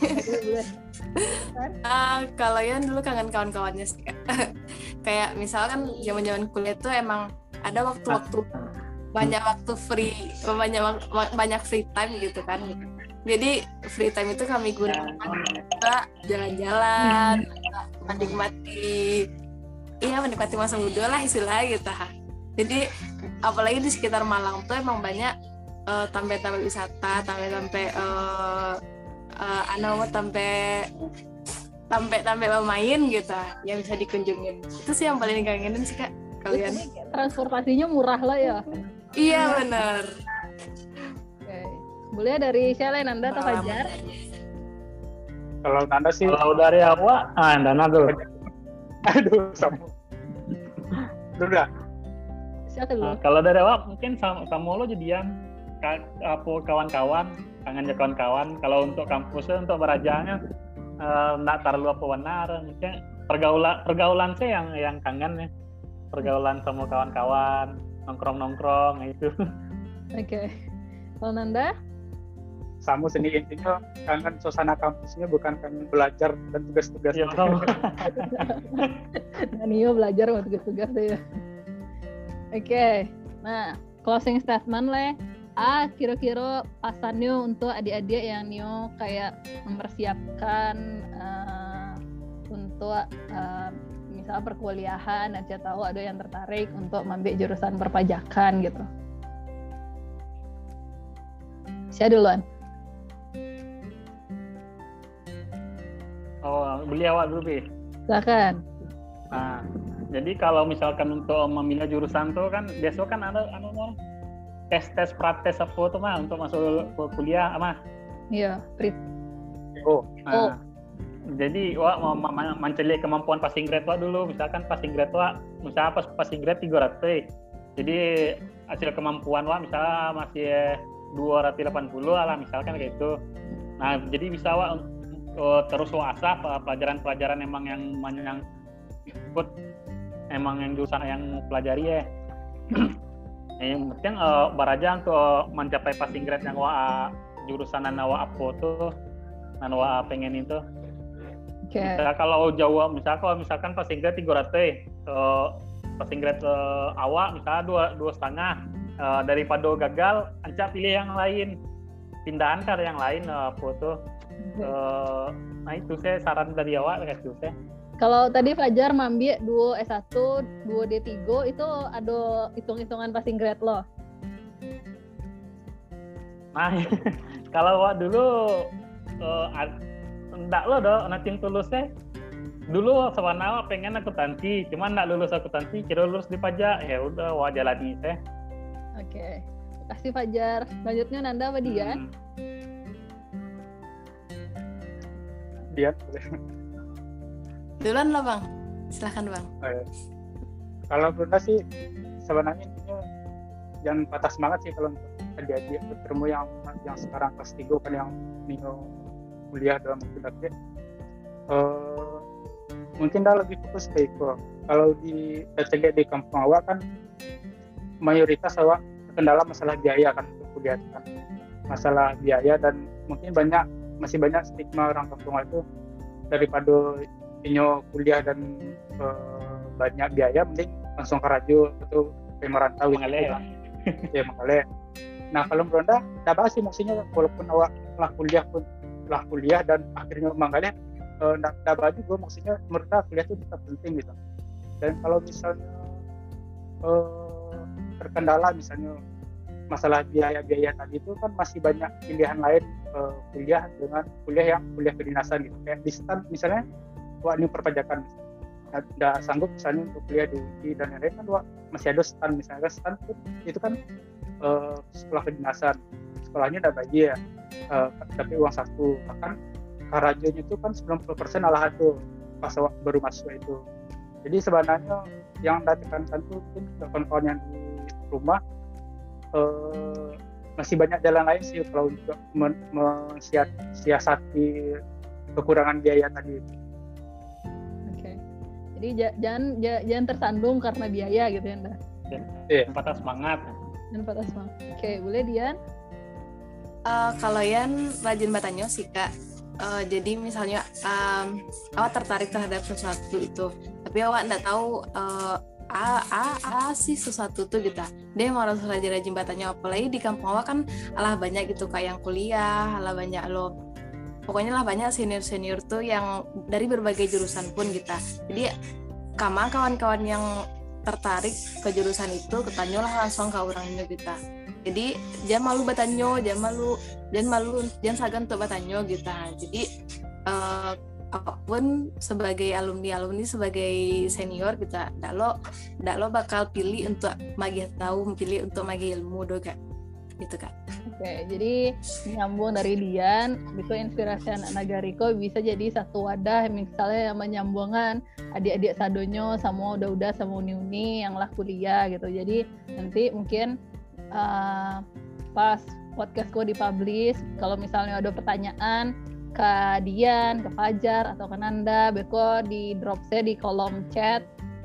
Speaker 3: uh, kalau Yan dulu kangen kawan-kawannya sih kak. Kayak misalkan zaman-zaman kuliah tuh emang ada waktu-waktu banyak waktu free, banyak banyak free time gitu kan. Jadi free time itu kami gunakan untuk jalan-jalan, menikmati, iya menikmati masa muda lah istilahnya gitu. Jadi apalagi di sekitar Malang tuh emang banyak uh, tempat-tempat wisata, tempat-tempat uh, uh, anu tempat tempat-tempat bermain gitu yang bisa dikunjungin. Itu sih yang paling kangenin sih kak kalian.
Speaker 1: Transportasinya murah lah ya.
Speaker 3: Iya benar.
Speaker 1: Boleh dari siapa Nanda atau Fajar?
Speaker 2: Kalau Nanda sih.
Speaker 4: Kalau dari awak, ah Nanda dulu.
Speaker 2: Aduh, sama. Dulu dah.
Speaker 1: Siapa dulu?
Speaker 4: Nah, kalau dari awak mungkin sama, sama lo jadian apa kawan-kawan, kangennya kawan-kawan. Kalau untuk kampusnya, untuk berajaannya, nggak uh, terlalu apa benar. Mungkin pergaulan pergaulan saya yang yang kangen ya. Pergaulan sama kawan-kawan, nongkrong-nongkrong itu.
Speaker 1: Oke. Okay. Kalau Nanda?
Speaker 2: Sama sendiri intinya kangen suasana kampusnya, bukan kangen belajar dan tugas-tugas.
Speaker 4: Ya,
Speaker 1: dan Nio belajar sama tugas-tugas deh ya. Oke, okay. Nah closing statement le. Ah kira-kira pesannya untuk adik-adik yang Nio kayak mempersiapkan uh, untuk uh, misalnya perkuliahan, dan saya tahu ada yang tertarik untuk mengambil jurusan perpajakan gitu. Saya duluan.
Speaker 4: Oh, beli awak dulu, Bi.
Speaker 1: Silakan.
Speaker 4: Nah, jadi kalau misalkan untuk memilih jurusan tuh kan biasa kan ada anu tes-tes prates apa tuh mah untuk masuk kuliah mah.
Speaker 1: Iya, prit.
Speaker 2: Oh.
Speaker 4: Nah, oh. Jadi wak mau mencari kemampuan passing grade wak dulu, misalkan passing grade wak misalnya pas passing grade tiga ratus. Jadi hasil kemampuan wak misalnya masih dua ratus delapan puluh lah misalkan kayak gitu. Nah, jadi bisa wak uh, terus asah pelajaran-pelajaran emang yang yang ikut emang yang jurusan yang pelajari ya. Yang penting uh, baraja untuk mencapai passing grade yang wa jurusan yang wa apa tuh, yang wa pengen itu.
Speaker 1: Okay.
Speaker 4: Misalnya kalau Jawa, misalnya kalau misalkan passing grade tiga ratus, uh, passing grade uh, awak misalnya dua dua setengah, uh, daripada gagal, ancak pilih yang lain, pindahan ke yang lain uh, apa tuh. Okay. Uh, nah itu saya saran dari awak kayak gitu saya.
Speaker 1: Kalau tadi Fajar mambil dua S satu, dua D tiga itu ada hitung-hitungan passing grade lo?
Speaker 4: Nah, kalau awak dulu uh, enggak lo do, nanti tulusnya dulu sebenarnya pengen akuntansi, cuman enggak lulus akuntansi, kira lulus di pajak, ya udah wah jalani teh.
Speaker 1: Oke, kasih Fajar. Selanjutnya Nanda apa Dian? Hmm.
Speaker 2: Dian boleh.
Speaker 3: Duluan lah bang, silahkan bang.
Speaker 2: Oh, ya. Kalau Brenda sih sebenarnya ini jangan patah semangat sih kalau untuk adik-adik bertemu yang yang sekarang kelas tiga kan yang Nino kuliah dalam waktu dekat. Uh, mungkin dah lebih fokus ke itu. Kalau di T C G di kampung awak kan mayoritas awak terkendala masalah biaya kan untuk kuliah kan. Masalah biaya dan mungkin banyak masih banyak stigma orang kampung awak itu daripada inyo kuliah dan uh, banyak biaya mending langsung ke radio atau ke merantau gitu kan. Ya makanya. Nah kalau Brenda tidak bahas sih maksudnya walaupun awak lah kuliah pun lah kuliah dan akhirnya makanya tidak uh, bahas juga maksudnya menurut kuliah itu tetap penting gitu. Dan kalau misalnya uh, terkendala misalnya masalah biaya-biaya tadi itu kan masih banyak pilihan lain uh, kuliah dengan kuliah yang kuliah kedinasan gitu kayak distan misalnya wah ini perpajakan nggak sanggup misalnya untuk kuliah di U I dan lain-lain kan wah masih ada stan misalnya stan itu, itu kan uh, sekolah kedinasan sekolahnya udah bagi ya uh, tapi uang saku bahkan karajonya itu kan sembilan puluh persen alah itu pas baru masuk itu. Jadi sebenarnya yang Anda tekankan tuh mungkin kawan-kawan yang di rumah uh, masih banyak jalan lain sih kalau untuk mensiasati kekurangan biaya tadi.
Speaker 1: Jadi j- jangan j- jangan tersandung karena biaya gitu ya, Nda.
Speaker 4: Iya, patah semangat.
Speaker 1: Dan patah semangat. Oke, boleh Dian?
Speaker 3: Uh, kalau Yan rajin bertanya sih Kak. Uh, jadi misalnya um, awak tertarik terhadap sesuatu itu, tapi awak nggak tahu uh, a, a, a sih sesuatu tuh gitu. Dia mau harus rajin-rajin bertanya, apalagi di kampung awak kan alah banyak gitu kayak yang kuliah, alah banyak lo. Pokoknya lah banyak senior-senior tuh yang dari berbagai jurusan pun kita. Jadi kama kawan-kawan yang tertarik ke jurusan itu ketanyalah langsung ke orangnya kita. Jadi jangan malu bertanya, jangan malu, jangan malu, jangan sagan untuk bertanya kita. Jadi uh, apapun sebagai alumni-alumni sebagai senior kita, dak lo, dak lo bakal pilih untuk magi tahu, pilih untuk magi ilmu doga. Gitu Kak.
Speaker 1: Oke, jadi nyambung dari Dian, itu inspirasi anak Nagariko bisa jadi satu wadah misalnya yang menyambungkan adik-adik sadonyo sama udah-udah sama uni-uni yang lah kuliah gitu. Jadi nanti mungkin uh, pas podcastku dipublish, kalau misalnya ada pertanyaan ke Dian, ke Fajar atau ke Nanda, beko di drop saya di kolom chat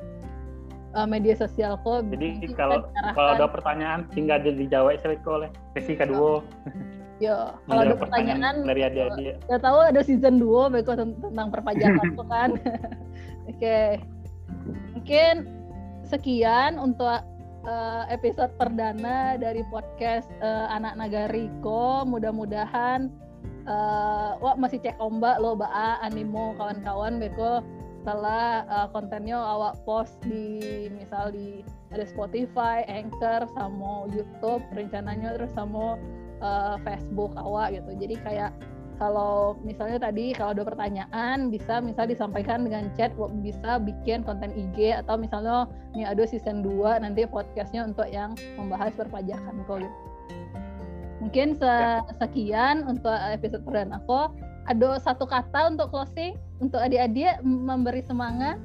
Speaker 1: media sosial kok.
Speaker 4: Jadi kalau kalau ada pertanyaan tinggal dijawab oleh sesi kedua.
Speaker 1: Yo, kalau ada pertanyaan
Speaker 4: dari adik-adik.
Speaker 1: Ya tahu ada season dua beko tentang perpajakan tuh kan. Oke. Okay. Mungkin sekian untuk uh, episode perdana dari podcast uh, Anak Nagariko. Mudah-mudahan uh, wah masih cek ombak lo Ba Animo kawan-kawan beko setelah uh, kontennya awak post di misal di ada Spotify, Anchor, sama YouTube rencananya terus sama uh, Facebook awak gitu. Jadi kayak kalau misalnya tadi kalau ada pertanyaan bisa misal disampaikan dengan chat, bisa bikin konten I G atau misalnya nih ada season dua nanti podcastnya untuk yang membahas perpajakan kok gitu. Mungkin se- sekian untuk episode perdana aku. Ada satu kata untuk closing untuk adik-adik memberi semangat.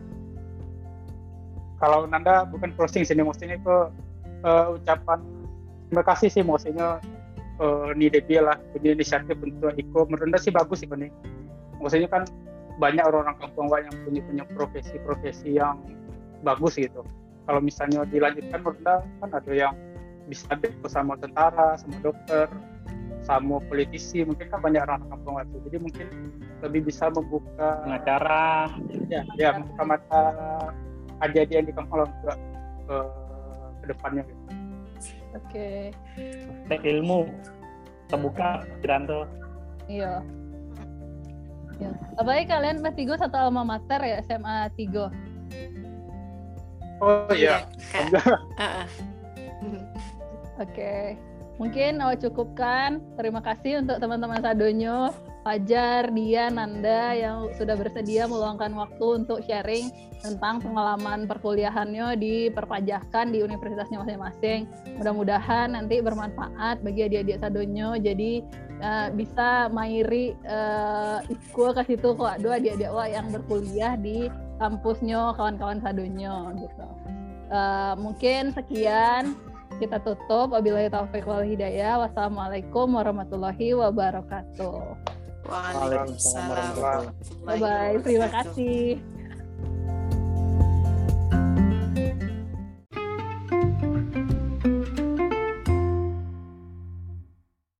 Speaker 2: Kalau Nanda bukan closing sini, maksudnya itu uh, ucapan terima kasih sih, maksudnya uh, nih Debbie lah punya inisiatif untuk ikut. Menurut Nanda sih bagus sih nih. Maksudnya kan banyak orang-orang kampung yang punya punya profesi-profesi yang bagus gitu. Kalau misalnya dilanjutkan menurut Nanda kan ada yang bisa sama tentara, sama dokter, sama politisi, mungkin kan banyak orang kampung itu, jadi mungkin lebih bisa membuka
Speaker 4: pengacara,
Speaker 2: ya, ya membuka mata adik-adik yang di kampung juga ke, ke depannya gitu.
Speaker 1: Oke.
Speaker 4: Okay. Ilmu terbuka pikiran tuh.
Speaker 1: Iya. Ya. Apalagi kalian bertiga satu alma mater ya, S M A tiga.
Speaker 2: Oh iya.
Speaker 3: Uh-uh.
Speaker 1: Oke, mungkin awak cukupkan. Terima kasih untuk teman-teman sadonyo, Fajar, Dian, Nanda yang sudah bersedia meluangkan waktu untuk sharing tentang pengalaman perkuliahannya di perpajakan di universitasnya masing-masing. Mudah-mudahan nanti bermanfaat bagi adik-adik sadonyo. Jadi uh, bisa mairi uh, ikut ke situ kok ada adik-adik awak yang berkuliah di kampusnya kawan-kawan sadonyo gitu. Uh, mungkin sekian. Kita tutup. Wabillahi taufiq wal hidayah. Wassalamualaikum warahmatullahi wabarakatuh.
Speaker 3: Waalaikumsalam.
Speaker 1: Bye bye. Terima kasih.